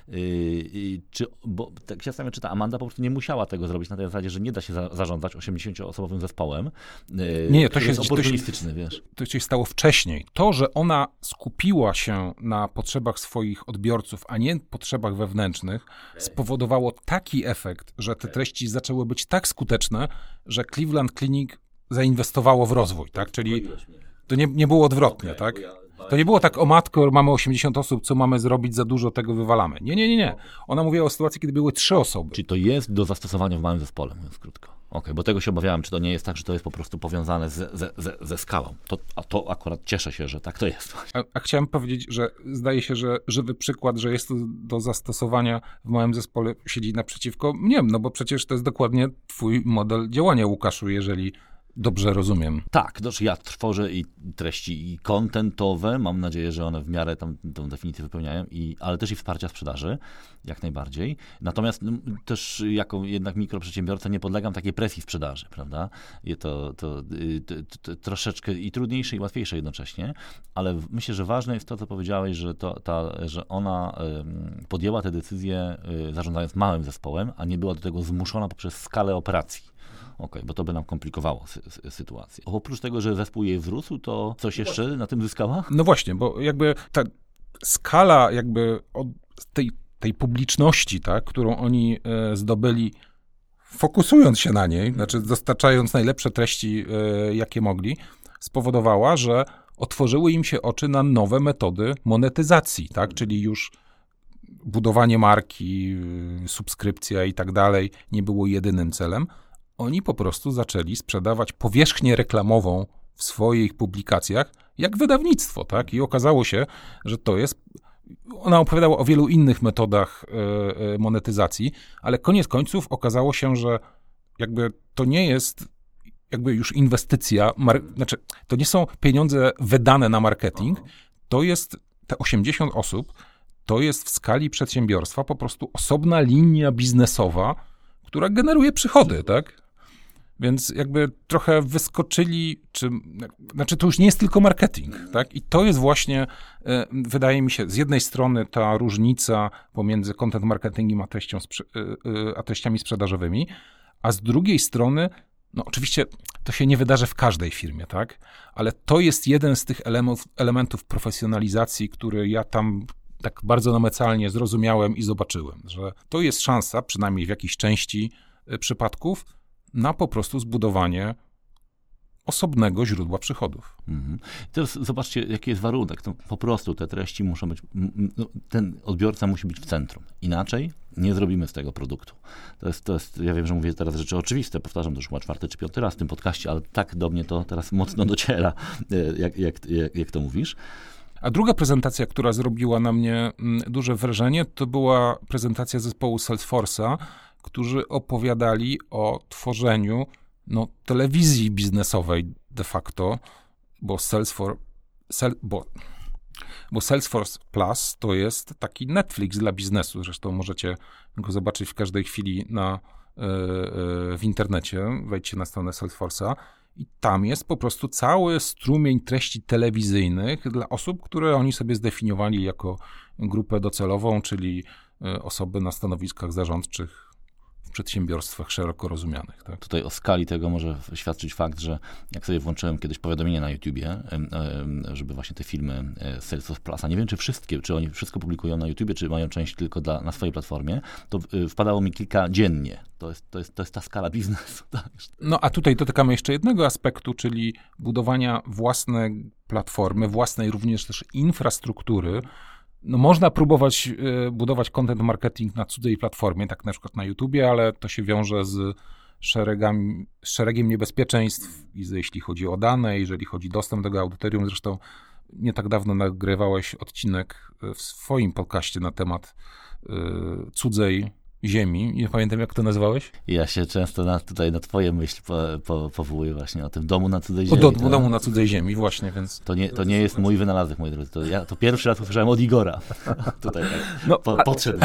bo tak się zastanawiam, czy ta Amanda po prostu nie musiała tego zrobić na tej zasadzie, że nie da się zarządzać 80-osobowym zespołem. Nie, to się oportunistyczny, wiesz. To się stało wcześniej. To, że ona skupiła się na potrzebach swoich odbiorców, a nie potrzebach wewnętrznych, spowodowało taki efekt, że te treści zaczęły być tak skuteczne, że Cleveland Clinic zainwestowało w rozwój, tak? Czyli to nie było odwrotnie, tak? To nie było tak: o matko, mamy 80 osób, co mamy zrobić, za dużo tego wywalamy. Nie. Ona mówiła o sytuacji, kiedy były 3 osoby. Czyli to jest do zastosowania w małym zespole, mówiąc krótko. Okej, bo tego się obawiałem, czy to nie jest tak, że to jest po prostu powiązane ze skalą. To akurat cieszę się, że tak to jest. A chciałem powiedzieć, że zdaje się, że żywy przykład, że jest to do zastosowania w małym zespole, siedzi naprzeciwko mnie, no bo przecież to jest dokładnie twój model działania, Łukaszu, jeżeli dobrze rozumiem. Tak, ja tworzę i treści i contentowe, mam nadzieję, że one w miarę tą definicję wypełniają, ale też i wsparcia sprzedaży, jak najbardziej. Natomiast też jako jednak mikroprzedsiębiorca nie podlegam takiej presji sprzedaży, prawda? To troszeczkę i trudniejsze, i łatwiejsze jednocześnie, ale myślę, że ważne jest to, co powiedziałeś, że ona podjęła tę decyzję zarządzając małym zespołem, a nie była do tego zmuszona poprzez skalę operacji. Bo to by nam komplikowało sytuację. Oprócz tego, że zespół jej wzrósł, to coś jeszcze na tym zyskała? No właśnie, bo jakby ta skala jakby od tej publiczności, tak, którą oni zdobyli, fokusując się na niej, znaczy dostarczając najlepsze treści, jakie mogli, spowodowała, że otworzyły im się oczy na nowe metody monetyzacji, tak, czyli już budowanie marki, subskrypcja i tak dalej nie było jedynym celem. Oni po prostu zaczęli sprzedawać powierzchnię reklamową w swoich publikacjach, jak wydawnictwo, tak? I okazało się, że to jest... Ona opowiadała o wielu innych metodach monetyzacji, ale koniec końców okazało się, że jakby to nie jest jakby już inwestycja, znaczy to nie są pieniądze wydane na marketing, to jest te 80 osób, to jest w skali przedsiębiorstwa po prostu osobna linia biznesowa, która generuje przychody, tak? Więc jakby trochę wyskoczyli, znaczy to już nie jest tylko marketing, tak? I to jest właśnie, wydaje mi się, z jednej strony ta różnica pomiędzy content marketingiem a treściami sprzedażowymi, a z drugiej strony, no oczywiście to się nie wydarzy w każdej firmie, tak? Ale to jest jeden z tych elementów profesjonalizacji, który ja tam tak bardzo namacalnie zrozumiałem i zobaczyłem, że to jest szansa, przynajmniej w jakiejś części przypadków, na po prostu zbudowanie osobnego źródła przychodów. Teraz zobaczcie, jaki jest warunek. To po prostu te treści muszą być, ten odbiorca musi być w centrum. Inaczej nie zrobimy z tego produktu. To jest, ja wiem, że mówię teraz rzeczy oczywiste, powtarzam to już chyba 4. czy 5. raz w tym podcaście, ale tak do mnie to teraz mocno dociera, jak to mówisz. A druga prezentacja, która zrobiła na mnie duże wrażenie, to była prezentacja zespołu Salesforce'a, którzy opowiadali o tworzeniu telewizji biznesowej de facto, bo Salesforce Plus to jest taki Netflix dla biznesu. Zresztą możecie go zobaczyć w każdej chwili w internecie. Wejdźcie na stronę Salesforce'a i tam jest po prostu cały strumień treści telewizyjnych dla osób, które oni sobie zdefiniowali jako grupę docelową, czyli osoby na stanowiskach zarządczych w przedsiębiorstwach szeroko rozumianych. Tak? Tutaj o skali tego może świadczyć fakt, że jak sobie włączyłem kiedyś powiadomienie na YouTubie, żeby właśnie te filmy Salesforce Plusa, nie wiem czy wszystkie, czy oni wszystko publikują na YouTubie, czy mają część tylko na swojej platformie, to wpadało mi kilka dziennie. To jest ta skala biznesu. Tak? No a tutaj dotykamy jeszcze jednego aspektu, czyli budowania własnej platformy, własnej również też infrastruktury. No można próbować budować content marketing na cudzej platformie, tak na przykład na YouTubie, ale to się wiąże z szeregiem niebezpieczeństw, jeśli chodzi o dane, jeżeli chodzi o dostęp do tego audytorium. Zresztą nie tak dawno nagrywałeś odcinek w swoim podcaście na temat cudzej ziemi. Nie pamiętam, jak to nazwałeś? Ja się często tutaj na twoje myśli powołuję właśnie o tym domu na cudzej ziemi. Domu na cudzej ziemi, właśnie, więc... To nie jest mój wynalazek, moi drodzy. To pierwszy raz usłyszałem od Igora. Tutaj tak podszedł.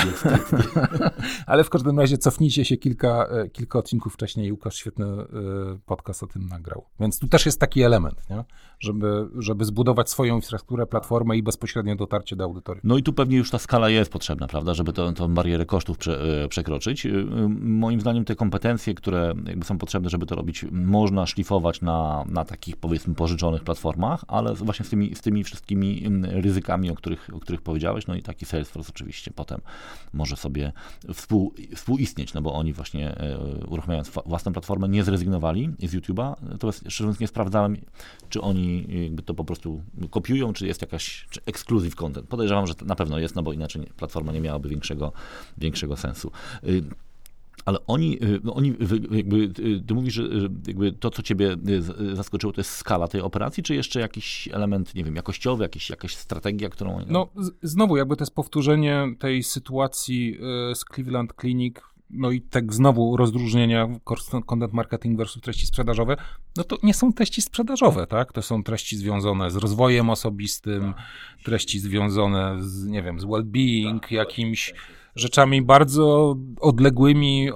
Ale w każdym razie cofnijcie się kilka odcinków wcześniej. Łukasz świetny podcast o tym nagrał. Więc tu też jest taki element, nie? Żeby zbudować swoją infrastrukturę, platformę i bezpośrednio dotarcie do audytorium. No i tu pewnie już ta skala jest potrzebna, prawda, żeby tą barierę kosztów przekroczyć. Moim zdaniem te kompetencje, które jakby są potrzebne, żeby to robić, można szlifować na takich, powiedzmy, pożyczonych platformach, ale właśnie z tymi wszystkimi ryzykami, o których powiedziałeś, no i taki Salesforce oczywiście potem może sobie współistnieć, no bo oni właśnie uruchamiając własną platformę nie zrezygnowali z YouTube'a. To szczerze mówiąc nie sprawdzałem, czy oni jakby to po prostu kopiują, czy jest czy exclusive content. Podejrzewam, że na pewno jest, no bo inaczej platforma nie miałaby większego sensu. Ale oni jakby, ty mówisz, że jakby to, co ciebie zaskoczyło, to jest skala tej operacji, czy jeszcze jakiś element, nie wiem, jakościowy, jakaś strategia, którą... No, znowu jakby to jest powtórzenie tej sytuacji z Cleveland Clinic, no i tak znowu rozróżnienia content marketing versus treści sprzedażowe, no to nie są treści sprzedażowe, tak? To są treści związane z rozwojem osobistym, treści związane z, nie wiem, z well-being, jakimś rzeczami bardzo odległymi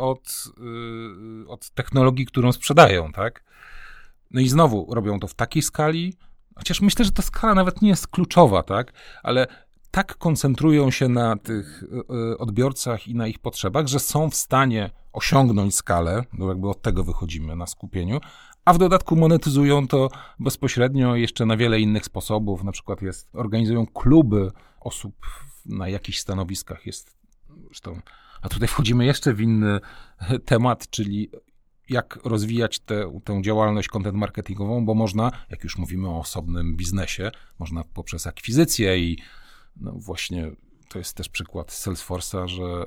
od technologii, którą sprzedają, tak? No i znowu robią to w takiej skali, chociaż myślę, że ta skala nawet nie jest kluczowa, tak? Ale tak koncentrują się na tych odbiorcach i na ich potrzebach, że są w stanie osiągnąć skalę, bo jakby od tego wychodzimy na skupieniu, a w dodatku monetyzują to bezpośrednio jeszcze na wiele innych sposobów, na przykład organizują kluby osób na jakichś stanowiskach, zresztą, a tutaj wchodzimy jeszcze w inny temat, czyli jak rozwijać tę działalność content marketingową, bo można, jak już mówimy o osobnym biznesie, można poprzez akwizycję i no właśnie to jest też przykład Salesforce'a, że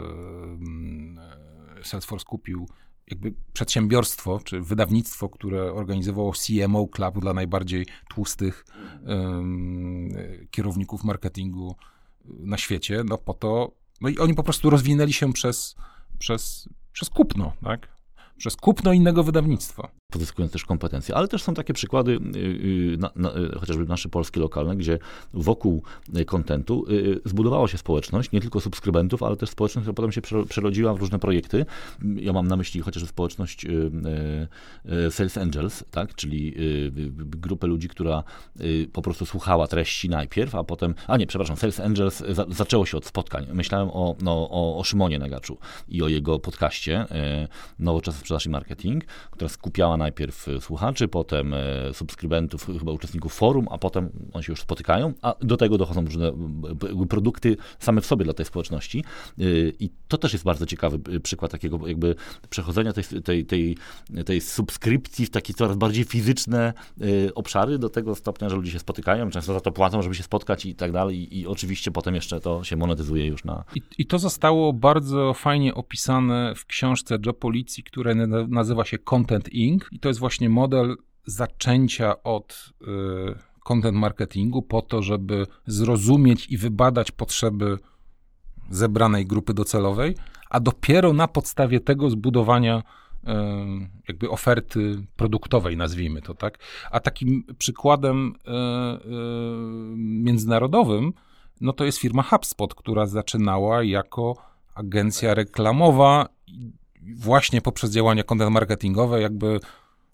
Salesforce kupił jakby przedsiębiorstwo, czy wydawnictwo, które organizowało CMO Club dla najbardziej tłustych kierowników marketingu na świecie, no po to, no i oni po prostu rozwinęli się przez kupno, tak? Przez kupno innego wydawnictwa. Pozyskując też kompetencje, ale też są takie przykłady, chociażby nasze polskie lokalne, gdzie wokół kontentu zbudowała się społeczność, nie tylko subskrybentów, ale też społeczność, która potem się przerodziła w różne projekty. Ja mam na myśli chociażby społeczność Sales Angels, tak? Czyli grupę ludzi, która po prostu słuchała treści najpierw, a potem, Sales Angels zaczęło się od spotkań. Myślałem o Szymonie Negaczu i o jego podcaście Nowoczesna Sprzedaż i Marketing, która skupiała najpierw słuchaczy, potem subskrybentów, chyba uczestników forum, a potem oni się już spotykają, a do tego dochodzą różne produkty same w sobie dla tej społeczności. I to też jest bardzo ciekawy przykład takiego jakby przechodzenia tej subskrypcji w takie coraz bardziej fizyczne obszary do tego stopnia, że ludzie się spotykają, często za to płacą, żeby się spotkać i tak dalej. I oczywiście potem jeszcze to się monetyzuje już na... I to zostało bardzo fajnie opisane w książce Job Policji, która nazywa się Content Inc. I to jest właśnie model zaczęcia od content marketingu po to, żeby zrozumieć i wybadać potrzeby zebranej grupy docelowej, a dopiero na podstawie tego zbudowania jakby oferty produktowej, nazwijmy to, tak? A takim przykładem międzynarodowym, no to jest firma HubSpot, która zaczynała jako agencja reklamowa właśnie poprzez działania content marketingowe jakby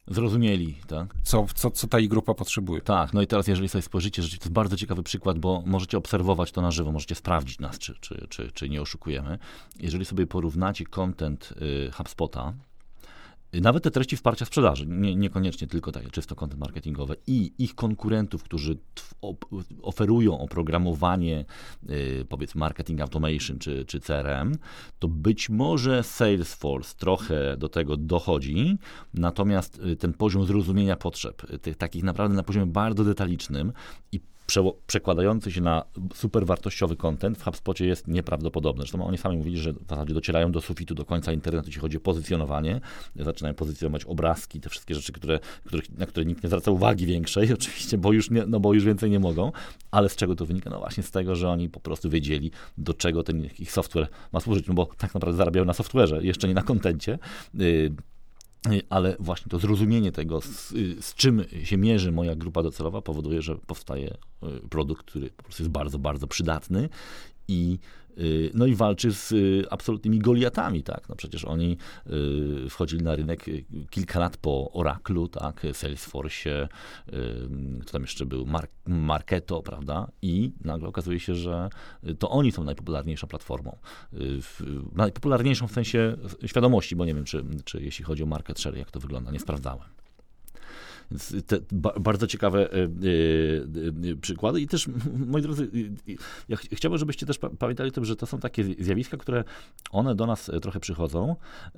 zrozumieli, tak? Co ta ich grupa potrzebuje. Tak, no i teraz jeżeli sobie spojrzycie, że to jest bardzo ciekawy przykład, bo możecie obserwować to na żywo, możecie sprawdzić nas, czy nie oszukujemy. Jeżeli sobie porównacie content HubSpota, nawet te treści wsparcia sprzedaży, niekoniecznie tylko takie czysto content marketingowe i ich konkurentów, którzy oferują oprogramowanie, powiedzmy marketing automation czy CRM, to być może Salesforce trochę do tego dochodzi, natomiast ten poziom zrozumienia potrzeb, takich naprawdę na poziomie bardzo detalicznym i przekładający się na super wartościowy content w HubSpocie jest nieprawdopodobny. Zresztą oni sami mówili, że w zasadzie docierają do sufitu, do końca internetu, jeśli chodzi o pozycjonowanie. Zaczynają pozycjonować obrazki, te wszystkie rzeczy, na które nikt nie zwraca uwagi większej, oczywiście, bo już więcej nie mogą. Ale z czego to wynika? No właśnie z tego, że oni po prostu wiedzieli, do czego ten ich software ma służyć, no bo tak naprawdę zarabiają na software'ze, jeszcze nie na kontencie. Ale właśnie to zrozumienie tego, z czym się mierzy moja grupa docelowa, powoduje, że powstaje produkt, który po prostu jest bardzo, bardzo przydatny i walczy z absolutnymi Goliatami, tak? No przecież oni wchodzili na rynek kilka lat po Oracle'u, tak? Salesforce, kto tam jeszcze był, Marketo, prawda? I nagle okazuje się, że to oni są najpopularniejszą platformą. Najpopularniejszą w sensie świadomości, bo nie wiem, czy jeśli chodzi o market share, jak to wygląda, nie sprawdzałem. Więc te bardzo ciekawe przykłady i też, moi drodzy, ja chciałbym, żebyście też pamiętali o tym, że to są takie zjawiska, które one do nas trochę przychodzą,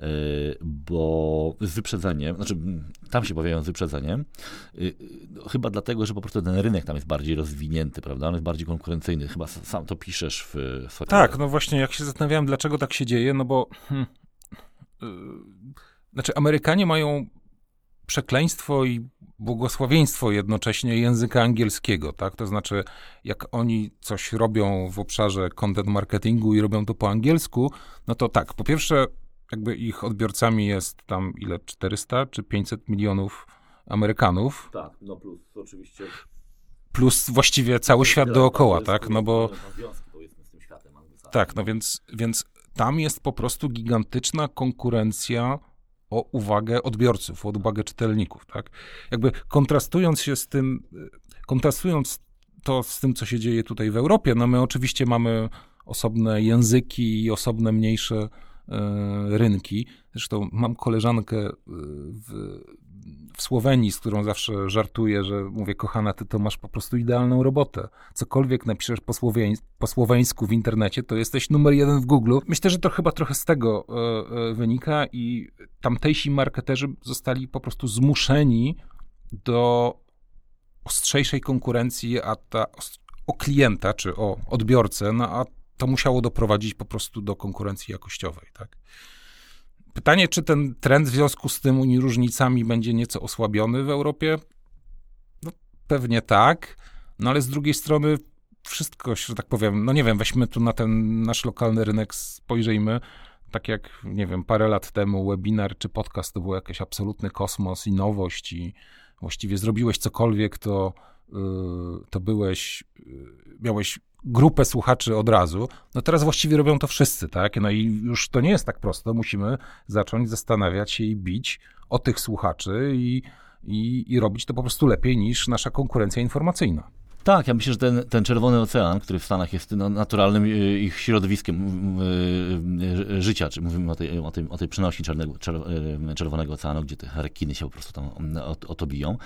bo z wyprzedzeniem, znaczy tam się pojawiają z wyprzedzeniem, chyba dlatego, że po prostu ten rynek tam jest bardziej rozwinięty, prawda? On jest bardziej konkurencyjny. Chyba sam to piszesz w swoim... Tak, no właśnie, jak się zastanawiałem, dlaczego tak się dzieje, no bo Amerykanie mają przekleństwo i błogosławieństwo jednocześnie języka angielskiego, tak? To znaczy, jak oni coś robią w obszarze content marketingu i robią to po angielsku, no to tak, po pierwsze, jakby ich odbiorcami jest tam 400 czy 500 milionów Amerykanów. Tak, no plus oczywiście. Plus właściwie cały świat dookoła, tak? No bo... Tak, no więc tam jest po prostu gigantyczna konkurencja o uwagę odbiorców, o uwagę czytelników, tak? Jakby kontrastując to z tym, co się dzieje tutaj w Europie, no my oczywiście mamy osobne języki i osobne mniejsze rynki. Zresztą mam koleżankę w Słowenii, z którą zawsze żartuję, że mówię, kochana, ty to masz po prostu idealną robotę. Cokolwiek napiszesz po słoweńsku w internecie, to jesteś numer 1 w Google. Myślę, że to chyba trochę z tego wynika i tamtejsi marketerzy zostali po prostu zmuszeni do ostrzejszej konkurencji o klienta, czy o odbiorcę, no a to musiało doprowadzić po prostu do konkurencji jakościowej, tak? Pytanie, czy ten trend w związku z tymi różnicami będzie nieco osłabiony w Europie? No, pewnie tak, no ale z drugiej strony wszystko, że tak powiem, no nie wiem, weźmy tu na ten nasz lokalny rynek, spojrzyjmy, tak jak, nie wiem, parę lat temu webinar czy podcast to był jakiś absolutny kosmos i nowość i właściwie zrobiłeś cokolwiek, to miałeś grupę słuchaczy od razu, no teraz właściwie robią to wszyscy, tak? No i już to nie jest tak prosto, musimy zacząć zastanawiać się i bić o tych słuchaczy i robić to po prostu lepiej niż nasza konkurencja informacyjna. Tak, ja myślę, że ten czerwony ocean, który w Stanach jest naturalnym ich środowiskiem życia, czy mówimy o tej przenośni czerwonego oceanu, gdzie te rekiny się po prostu tam o to biją.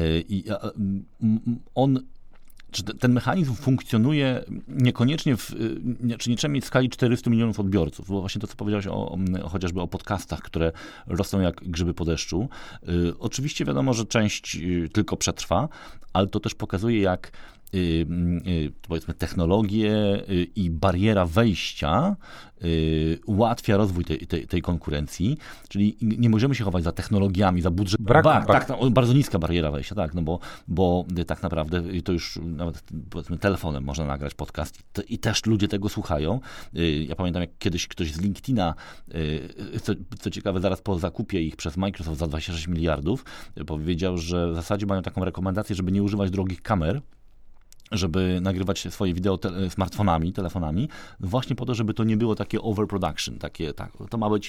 Ten mechanizm funkcjonuje niekoniecznie czy nie trzeba mieć w skali 400 milionów odbiorców, bo właśnie to, co powiedziałeś chociażby o podcastach, które rosną jak grzyby po deszczu. Oczywiście wiadomo, że część tylko przetrwa, ale to też pokazuje, jak powiedzmy technologie i bariera wejścia ułatwia rozwój tej konkurencji, czyli nie możemy się chować za technologiami, za budżetem. Tak, bardzo niska bariera wejścia, tak, no bo tak naprawdę to już nawet powiedzmy telefonem można nagrać podcast i też ludzie tego słuchają. Ja pamiętam, jak kiedyś ktoś z LinkedIna, co ciekawe, zaraz po zakupie ich przez Microsoft za 26 miliardów, powiedział, że w zasadzie mają taką rekomendację, żeby nie używać drogich kamer, żeby nagrywać swoje wideo smartfonami, telefonami, właśnie po to, żeby to nie było takie overproduction, tak, to ma być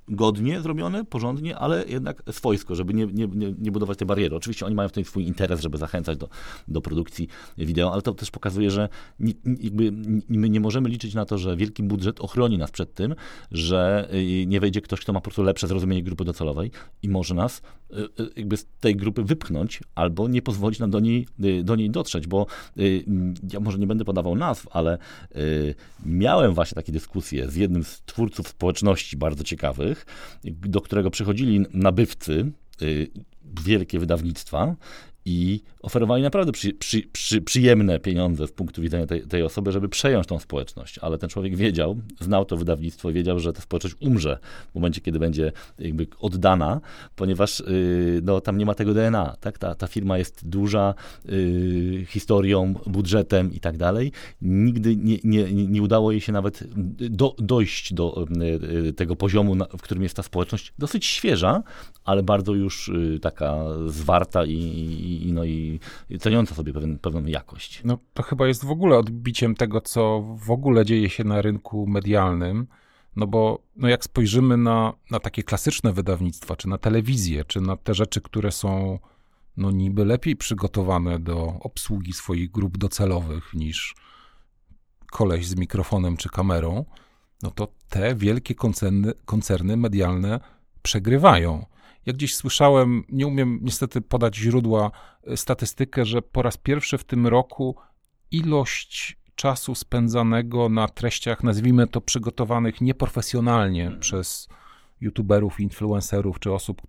godnie zrobione, porządnie, ale jednak swojsko, żeby nie budować tej bariery. Oczywiście oni mają w tym swój interes, żeby zachęcać do produkcji wideo, ale to też pokazuje, że my nie możemy liczyć na to, że wielki budżet ochroni nas przed tym, że nie wejdzie ktoś, kto ma po prostu lepsze zrozumienie grupy docelowej i może nas jakby z tej grupy wypchnąć albo nie pozwolić nam do niej dotrzeć, bo ja może nie będę podawał nazw, ale miałem właśnie takie dyskusje z jednym z twórców społeczności bardzo ciekawych, do którego przychodzili nabywcy, wielkie wydawnictwa i oferowali naprawdę przyjemne pieniądze z punktu widzenia tej osoby, żeby przejąć tą społeczność. Ale ten człowiek znał to wydawnictwo, wiedział, że ta społeczność umrze w momencie, kiedy będzie jakby oddana, ponieważ tam nie ma tego DNA. Tak? Ta firma jest duża historią, budżetem i tak dalej. Nigdy nie udało jej się nawet dojść do tego poziomu, w którym jest ta społeczność. Dosyć świeża, ale bardzo już taka zwarta i ceniąca sobie pewną jakość. No to chyba jest w ogóle odbiciem tego, co w ogóle dzieje się na rynku medialnym, no bo jak spojrzymy na takie klasyczne wydawnictwa, czy na telewizję, czy na te rzeczy, które są niby lepiej przygotowane do obsługi swoich grup docelowych niż koleś z mikrofonem czy kamerą, no to te wielkie koncerny medialne przegrywają. Ja gdzieś słyszałem, nie umiem niestety podać źródła, statystykę, że po raz pierwszy w tym roku ilość czasu spędzanego na treściach, nazwijmy to przygotowanych nieprofesjonalnie przez youtuberów, influencerów czy osób,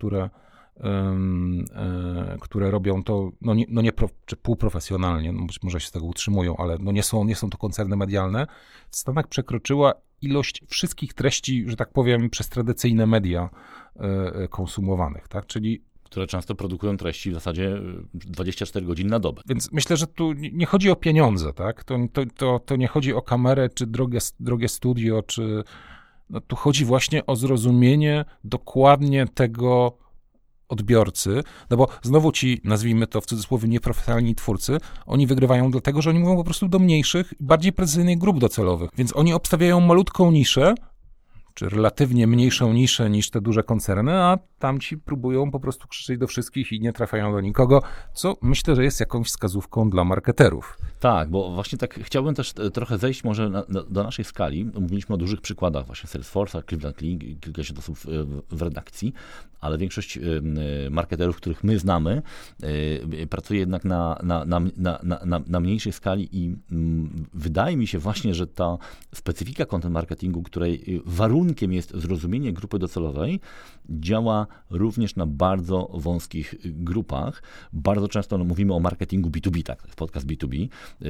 które robią to czy półprofesjonalnie, być może się z tego utrzymują, ale nie są to koncerny medialne, w Stanach przekroczyła ilość wszystkich treści, że tak powiem, przez tradycyjne media konsumowanych, tak? Czyli które często produkują treści w zasadzie 24 godziny na dobę. Więc myślę, że tu nie chodzi o pieniądze, tak? To nie chodzi o kamerę, czy drogie studio, czy tu chodzi właśnie o zrozumienie dokładnie tego odbiorcy, no bo znowu ci, nazwijmy to w cudzysłowie, nieprofesjonalni twórcy, oni wygrywają dlatego, że oni mówią po prostu do mniejszych, bardziej precyzyjnych grup docelowych, więc oni obstawiają malutką niszę, czy relatywnie mniejszą niszę niż te duże koncerny, a tamci próbują po prostu krzyczeć do wszystkich i nie trafiają do nikogo, co myślę, że jest jakąś wskazówką dla marketerów. Tak, bo właśnie tak chciałbym też trochę zejść może do naszej skali. Mówiliśmy o dużych przykładach właśnie Salesforce'a, Cleveland Clinic, kilkadziesiąt osób w redakcji, ale większość marketerów, których my znamy, pracuje jednak na mniejszej skali i wydaje mi się właśnie, że ta specyfika content marketingu, której warunkiem jest zrozumienie grupy docelowej, działa również na bardzo wąskich grupach. Bardzo często mówimy o marketingu B2B, tak, to jest podcast B2B.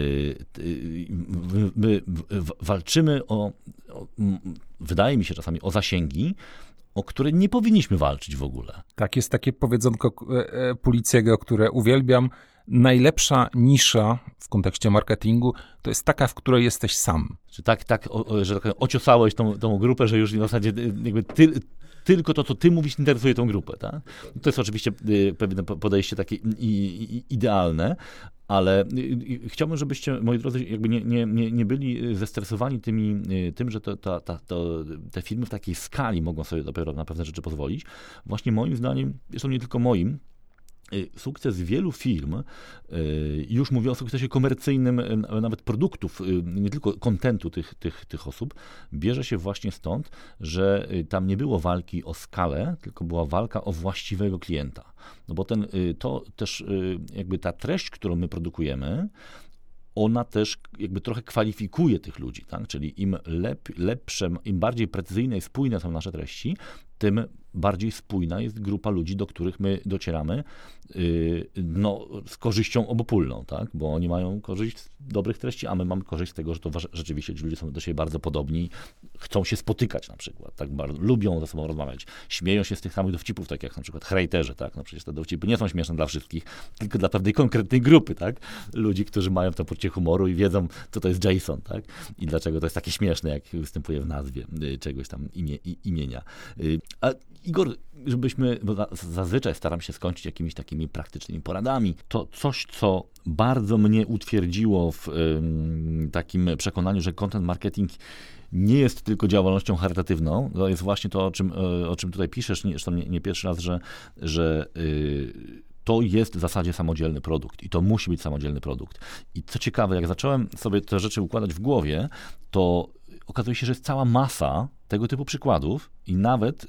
My walczymy wydaje mi się czasami, o zasięgi, o które nie powinniśmy walczyć w ogóle. Tak, jest takie powiedzonko Puliciego, które uwielbiam. Najlepsza nisza w kontekście marketingu to jest taka, w której jesteś sam. Że że ociosałeś tą grupę, że już w zasadzie jakby tylko to, co ty mówisz, interesuje tą grupę. Tak? To jest oczywiście pewne podejście takie idealne, ale chciałbym, żebyście, moi drodzy, jakby nie byli zestresowani tym, że te firmy w takiej skali mogą sobie dopiero na pewne rzeczy pozwolić. Właśnie moim zdaniem, zresztą nie tylko moim, sukces wielu firm, już mówię o sukcesie komercyjnym nawet produktów, nie tylko kontentu tych osób, bierze się właśnie stąd, że tam nie było walki o skalę, tylko była walka o właściwego klienta. No bo to też jakby ta treść, którą my produkujemy, ona też jakby trochę kwalifikuje tych ludzi, tak? Czyli im lepsze, im bardziej precyzyjne i spójne są nasze treści, tym bardziej spójna jest grupa ludzi, do których my docieramy, z korzyścią obopólną, tak? Bo oni mają korzyść z dobrych treści, a my mamy korzyść z tego, że to rzeczywiście ci ludzie są do siebie bardzo podobni, chcą się spotykać na przykład, tak? Bardzo lubią ze sobą rozmawiać, śmieją się z tych samych dowcipów, tak jak na przykład hejterzy, tak? No przecież te dowcipy nie są śmieszne dla wszystkich, tylko dla pewnej konkretnej grupy, tak? Ludzi, którzy mają to poczucie humoru i wiedzą, co to jest Jason, tak? I dlaczego to jest takie śmieszne, jak występuje w nazwie czegoś tam imienia. A Igor, bo zazwyczaj staram się skończyć jakimiś takimi praktycznymi poradami, to coś, co bardzo mnie utwierdziło w takim przekonaniu, że content marketing nie jest tylko działalnością charytatywną. To jest właśnie to, o czym tutaj piszesz, zresztą nie pierwszy raz, że to jest w zasadzie samodzielny produkt i to musi być samodzielny produkt. I co ciekawe, jak zacząłem sobie te rzeczy układać w głowie, to okazuje się, że jest cała masa tego typu przykładów i nawet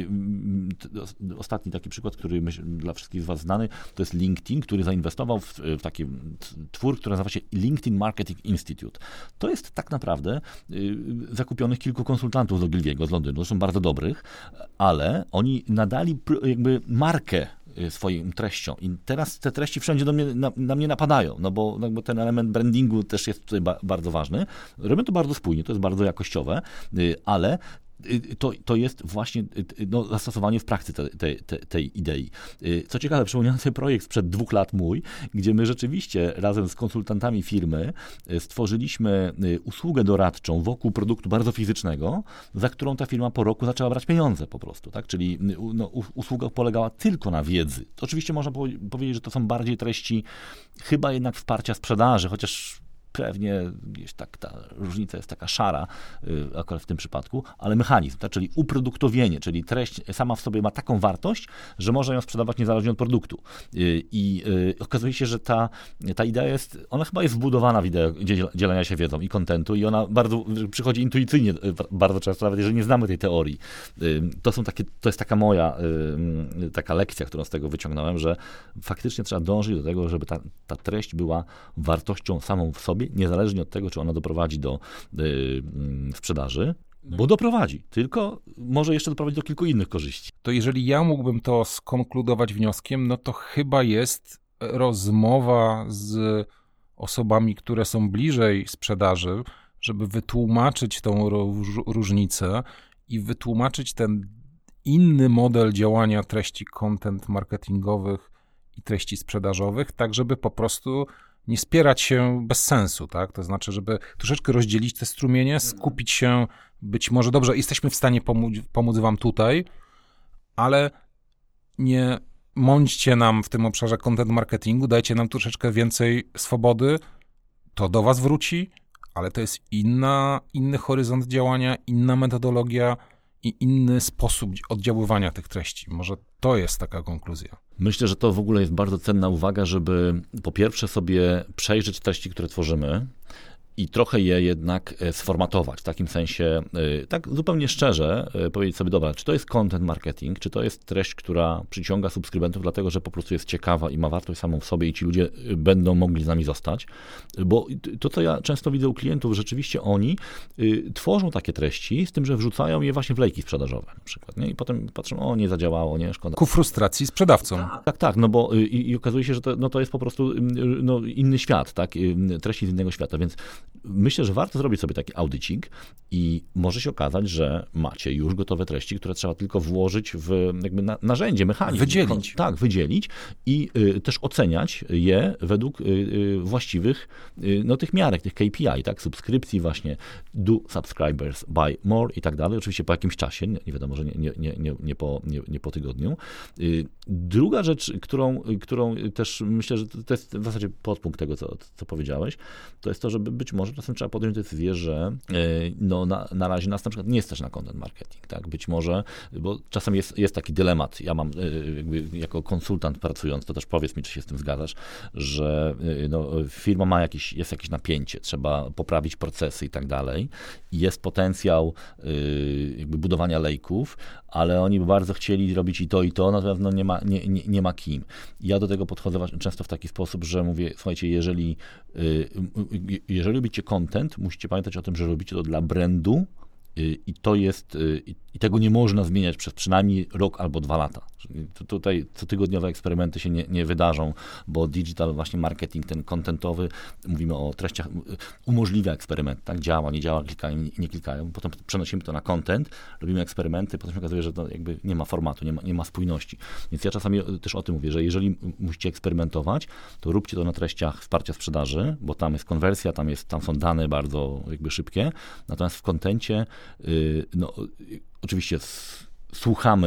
ostatni taki przykład, który dla wszystkich z was znany, to jest LinkedIn, który zainwestował w taki twór, który nazywa się LinkedIn Marketing Institute. To jest tak naprawdę zakupionych kilku konsultantów z Ogilviego z Londynu, zresztą bardzo dobrych, ale oni nadali jakby markę swoją treścią. I teraz te treści wszędzie na mnie napadają, no bo ten element brandingu też jest tutaj bardzo ważny. Robią to bardzo spójnie, to jest bardzo jakościowe, ale to jest właśnie zastosowanie w praktyce tej idei. Co ciekawe, przypomniałem sobie projekt sprzed 2 lat mój, gdzie my rzeczywiście razem z konsultantami firmy stworzyliśmy usługę doradczą wokół produktu bardzo fizycznego, za którą ta firma po roku zaczęła brać pieniądze po prostu, tak? Czyli usługa polegała tylko na wiedzy. Oczywiście można powiedzieć, że to są bardziej treści chyba jednak wsparcia sprzedaży, chociaż pewnie gdzieś tak ta różnica jest taka szara akurat w tym przypadku, ale mechanizm, tak? Czyli uproduktowienie, czyli treść sama w sobie ma taką wartość, że można ją sprzedawać niezależnie od produktu. I okazuje się, że ta idea ona chyba jest wbudowana w ideę dzielenia się wiedzą i kontentu i ona bardzo przychodzi intuicyjnie bardzo często, nawet jeżeli nie znamy tej teorii. To jest taka moja taka lekcja, którą z tego wyciągnąłem, że faktycznie trzeba dążyć do tego, żeby ta treść była wartością samą w sobie, niezależnie od tego, czy ona doprowadzi do sprzedaży, bo doprowadzi, tylko może jeszcze doprowadzić do kilku innych korzyści. To jeżeli ja mógłbym to skonkludować wnioskiem, no to chyba jest rozmowa z osobami, które są bliżej sprzedaży, żeby wytłumaczyć tą różnicę i wytłumaczyć ten inny model działania treści content marketingowych i treści sprzedażowych, tak żeby po prostu nie spierać się bez sensu, tak? To znaczy, żeby troszeczkę rozdzielić te strumienie, skupić się, być może dobrze, jesteśmy w stanie pomóc wam tutaj, ale nie mąćcie nam w tym obszarze content marketingu, dajcie nam troszeczkę więcej swobody, to do was wróci, ale to jest inny horyzont działania, inna metodologia i inny sposób oddziaływania tych treści. Może to jest taka konkluzja. Myślę, że to w ogóle jest bardzo cenna uwaga, żeby po pierwsze sobie przejrzeć treści, które tworzymy i trochę je jednak sformatować. W takim sensie, tak zupełnie szczerze powiedzieć sobie, dobra, czy to jest content marketing, czy to jest treść, która przyciąga subskrybentów dlatego, że po prostu jest ciekawa i ma wartość samą w sobie i ci ludzie będą mogli z nami zostać. Bo to, co ja często widzę u klientów, rzeczywiście oni tworzą takie treści, z tym, że wrzucają je właśnie w lejki sprzedażowe na przykład. Nie? I potem patrzą, nie zadziałało, nie, szkoda. Ku frustracji sprzedawcą. Tak, no bo i okazuje się, że to jest po prostu inny świat, tak? Treści z innego świata, więc myślę, że warto zrobić sobie taki audycik i może się okazać, że macie już gotowe treści, które trzeba tylko włożyć w jakby narzędzie, mechanizm. Wydzielić. Tak, wydzielić i też oceniać je według właściwych tych miarek, tych KPI, tak, subskrypcji właśnie, do subscribers buy more i tak dalej, oczywiście po jakimś czasie, nie wiadomo, że nie po tygodniu. Druga rzecz, którą też myślę, że to jest w zasadzie podpunkt tego, co powiedziałeś, to jest to, żeby być może czasem trzeba podjąć decyzję, że na razie nas na przykład nie stać na content marketing, tak? Być może, bo czasem jest taki dylemat. Ja mam jakby jako konsultant pracując, to też powiedz mi, czy się z tym zgadzasz, że firma jest jakieś napięcie, trzeba poprawić procesy i tak dalej. Jest potencjał jakby budowania lejków, ale oni by bardzo chcieli robić i to, natomiast nie ma kim. Ja do tego podchodzę często w taki sposób, że mówię, słuchajcie, jeżeli robicie content, musicie pamiętać o tym, że robicie to dla brandu i to jest, i tego nie można zmieniać przez przynajmniej rok albo 2 lata. Tutaj cotygodniowe eksperymenty się nie wydarzą, bo digital właśnie marketing, ten contentowy, mówimy o treściach, umożliwia eksperyment, tak? Działa, nie działa, klikają, nie klikają. Potem przenosimy to na content, robimy eksperymenty, potem się okazuje, że to jakby nie ma formatu, nie ma spójności. Więc ja czasami też o tym mówię, że jeżeli musicie eksperymentować, to róbcie to na treściach wsparcia sprzedaży, bo tam jest konwersja, tam są dane bardzo jakby szybkie, natomiast w kontencie oczywiście słuchamy,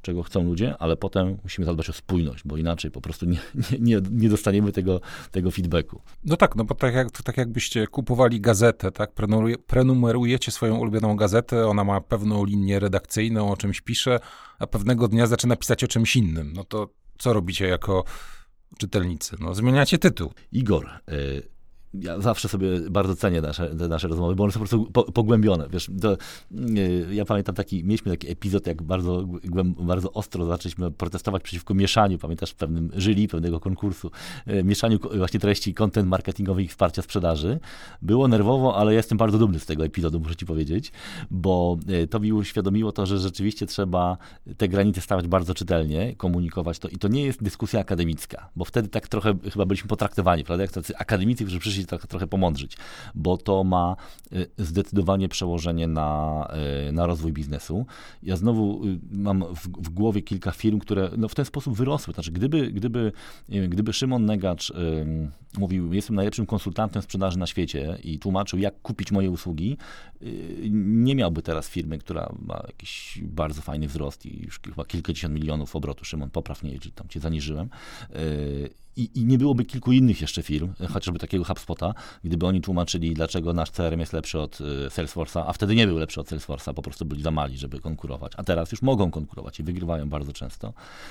czego chcą ludzie, ale potem musimy zadbać o spójność, bo inaczej po prostu nie dostaniemy tego feedbacku. No tak, no bo tak jakbyście kupowali gazetę, tak? Prenumerujecie swoją ulubioną gazetę, ona ma pewną linię redakcyjną, o czymś pisze, a pewnego dnia zaczyna pisać o czymś innym. No to co robicie jako czytelnicy? No zmieniacie tytuł. Igor, ja zawsze sobie bardzo cenię te nasze rozmowy, bo one są po prostu pogłębione. Wiesz, ja pamiętam mieliśmy taki epizod, jak bardzo ostro zaczęliśmy protestować przeciwko mieszaniu, pamiętasz, w pewnym jury pewnego konkursu, mieszaniu właśnie treści content marketingowych i wsparcia sprzedaży. Było nerwowo, ale ja jestem bardzo dumny z tego epizodu, muszę ci powiedzieć, bo to mi uświadomiło to, że rzeczywiście trzeba te granice stawiać bardzo czytelnie, komunikować to i to nie jest dyskusja akademicka, bo wtedy tak trochę chyba byliśmy potraktowani, prawda, jak tacy akademicy, którzy przyszli trochę pomądrzyć, bo to ma zdecydowanie przełożenie na rozwój biznesu. Ja znowu mam w głowie kilka firm, które w ten sposób wyrosły. Znaczy, gdyby Szymon Negacz mówił, jestem najlepszym konsultantem sprzedaży na świecie i tłumaczył, jak kupić moje usługi, nie miałby teraz firmy, która ma jakiś bardzo fajny wzrost i już chyba kilkadziesiąt milionów obrotu. Szymon, popraw mnie, jeżeli tam cię zaniżyłem. I nie byłoby kilku innych jeszcze firm, chociażby takiego HubSpota, gdyby oni tłumaczyli, dlaczego nasz CRM jest lepszy od Salesforce'a, a wtedy nie był lepszy od Salesforce'a, po prostu byli za mali, żeby konkurować. A teraz już mogą konkurować i wygrywają bardzo często.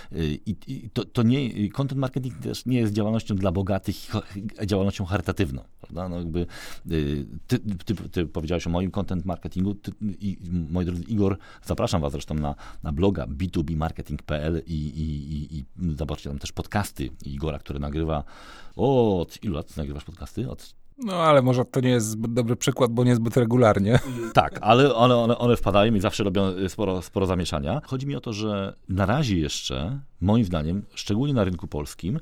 Content marketing też nie jest działalnością dla bogatych, działalnością charytatywną. Prawda? No jakby, ty powiedziałeś o moim content marketingu i moi drodzy, Igor, zapraszam was zresztą na bloga b2bmarketing.pl i zobaczcie tam też podcasty Igora, który nagrywa od ilu lat nagrywasz podcasty? No, ale może to nie jest zbyt dobry przykład, bo niezbyt regularnie. Tak, ale one wpadają i zawsze robią sporo zamieszania. Chodzi mi o to, że na razie jeszcze, moim zdaniem, szczególnie na rynku polskim,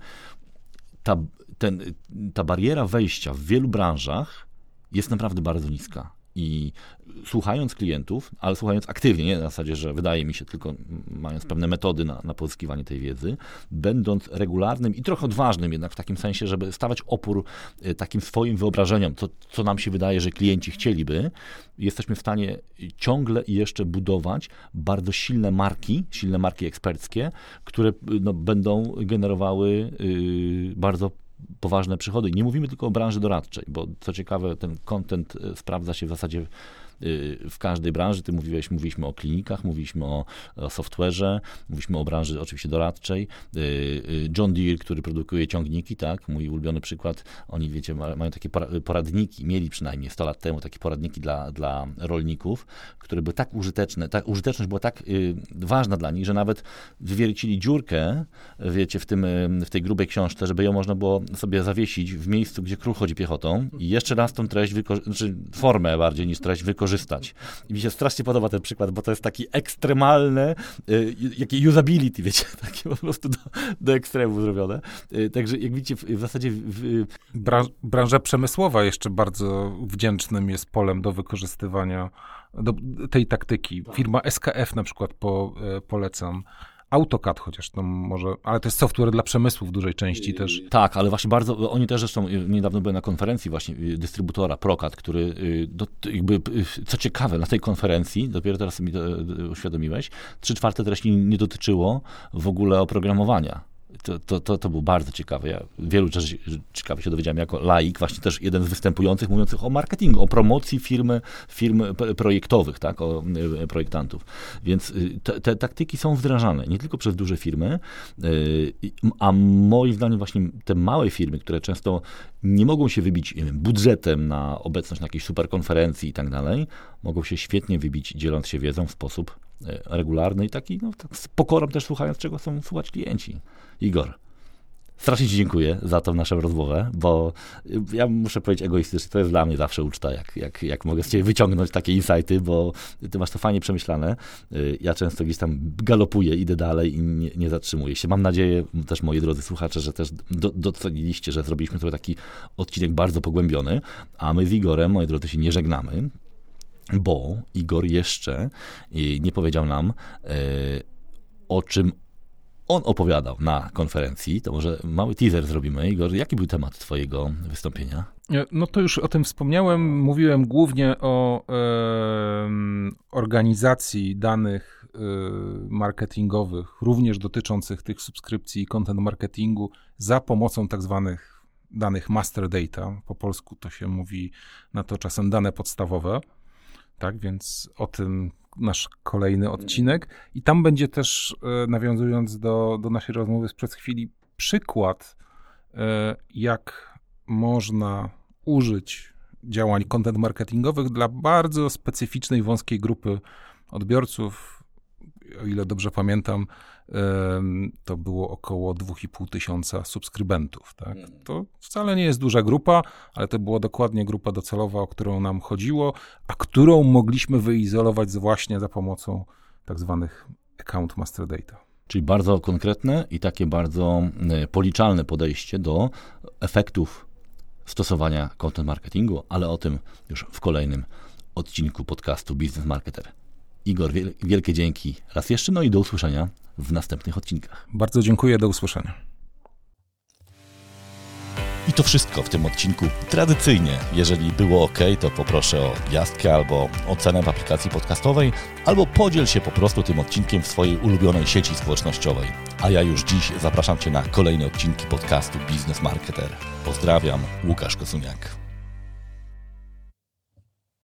ta bariera wejścia w wielu branżach jest naprawdę bardzo niska. I słuchając klientów, ale słuchając aktywnie, nie na zasadzie, że wydaje mi się, tylko mając pewne metody na pozyskiwanie tej wiedzy, będąc regularnym i trochę odważnym jednak w takim sensie, żeby stawać opór takim swoim wyobrażeniom, co nam się wydaje, że klienci chcieliby, jesteśmy w stanie ciągle i jeszcze budować bardzo silne marki eksperckie, które będą generowały bardzo poważne przychody. Nie mówimy tylko o branży doradczej, bo co ciekawe, ten content sprawdza się w zasadzie w każdej branży. Mówiliśmy o klinikach, mówiliśmy o software'ze, mówiliśmy o branży oczywiście doradczej. John Deere, który produkuje ciągniki, tak, mój ulubiony przykład, oni wiecie, mają takie poradniki, mieli przynajmniej 100 lat temu takie poradniki dla rolników, które były tak użyteczne, ta użyteczność była tak ważna dla nich, że nawet wywiercili dziurkę, wiecie, w tej grubej książce, żeby ją można było sobie zawiesić w miejscu, gdzie król chodzi piechotą i jeszcze raz tą treść, formę bardziej niż treść wykorzystać. I mi się strasznie podoba ten przykład, bo to jest taki ekstremalne, jakie usability, wiecie, takie po prostu do ekstremu zrobione. Także jak widzicie, w zasadzie... Branża przemysłowa jeszcze bardzo wdzięcznym jest polem do wykorzystywania tej taktyki. Firma SKF na przykład polecam. AutoCAD chociaż to może, ale to jest software dla przemysłu w dużej części też. Tak, ale właśnie bardzo, oni też zresztą, niedawno byłem na konferencji właśnie dystrybutora ProCAD, który jakby, co ciekawe, na tej konferencji, dopiero teraz mi to uświadomiłeś, 3/4 treści nie dotyczyło w ogóle oprogramowania. To było bardzo ciekawe. Ja wielu rzeczy ciekawych się dowiedziałem jako laik, właśnie też jeden z występujących mówiących o marketingu, o promocji firm projektowych, tak, o projektantów. Więc te taktyki są wdrażane nie tylko przez duże firmy, a moim zdaniem właśnie te małe firmy, które często nie mogą się wybić budżetem na obecność na jakiejś superkonferencji i tak dalej, mogą się świetnie wybić, dzieląc się wiedzą w sposób regularny i taki, tak z pokorą też słuchając, czego chcą słuchać klienci. Igor, strasznie ci dziękuję za tą naszą rozmowę, bo ja muszę powiedzieć egoistycznie, to jest dla mnie zawsze uczta, jak mogę z ciebie wyciągnąć takie insighty, bo ty masz to fajnie przemyślane. Ja często gdzieś tam galopuję, idę dalej i nie zatrzymuję się. Mam nadzieję, też moi drodzy słuchacze, że też doceniliście, że zrobiliśmy sobie taki odcinek bardzo pogłębiony, a my z Igorem, moi drodzy, się nie żegnamy, bo Igor jeszcze nie powiedział nam, o czym on opowiadał na konferencji. To może mały teaser zrobimy. Igor, jaki był temat twojego wystąpienia? No to już o tym wspomniałem. Mówiłem głównie o organizacji danych marketingowych, również dotyczących tych subskrypcji i content marketingu za pomocą tak zwanych danych master data. Po polsku to się mówi na to czasem dane podstawowe. Tak, więc o tym nasz kolejny odcinek. I tam będzie też, nawiązując do naszej rozmowy sprzed chwili, przykład, jak można użyć działań content marketingowych dla bardzo specyficznej, wąskiej grupy odbiorców. O ile dobrze pamiętam, to było około 2500 subskrybentów. Tak? To wcale nie jest duża grupa, ale to była dokładnie grupa docelowa, o którą nam chodziło, a którą mogliśmy wyizolować właśnie za pomocą tak zwanych account master data. Czyli bardzo konkretne i takie bardzo policzalne podejście do efektów stosowania content marketingu, ale o tym już w kolejnym odcinku podcastu Business Marketer. Igor, wielkie dzięki raz jeszcze, no i do usłyszenia w następnych odcinkach. Bardzo dziękuję, do usłyszenia. I to wszystko w tym odcinku. Tradycyjnie, jeżeli było ok, to poproszę o gwiazdkę albo ocenę w aplikacji podcastowej, albo podziel się po prostu tym odcinkiem w swojej ulubionej sieci społecznościowej. A ja już dziś zapraszam Cię na kolejne odcinki podcastu Business Marketer. Pozdrawiam, Łukasz Kosuniak.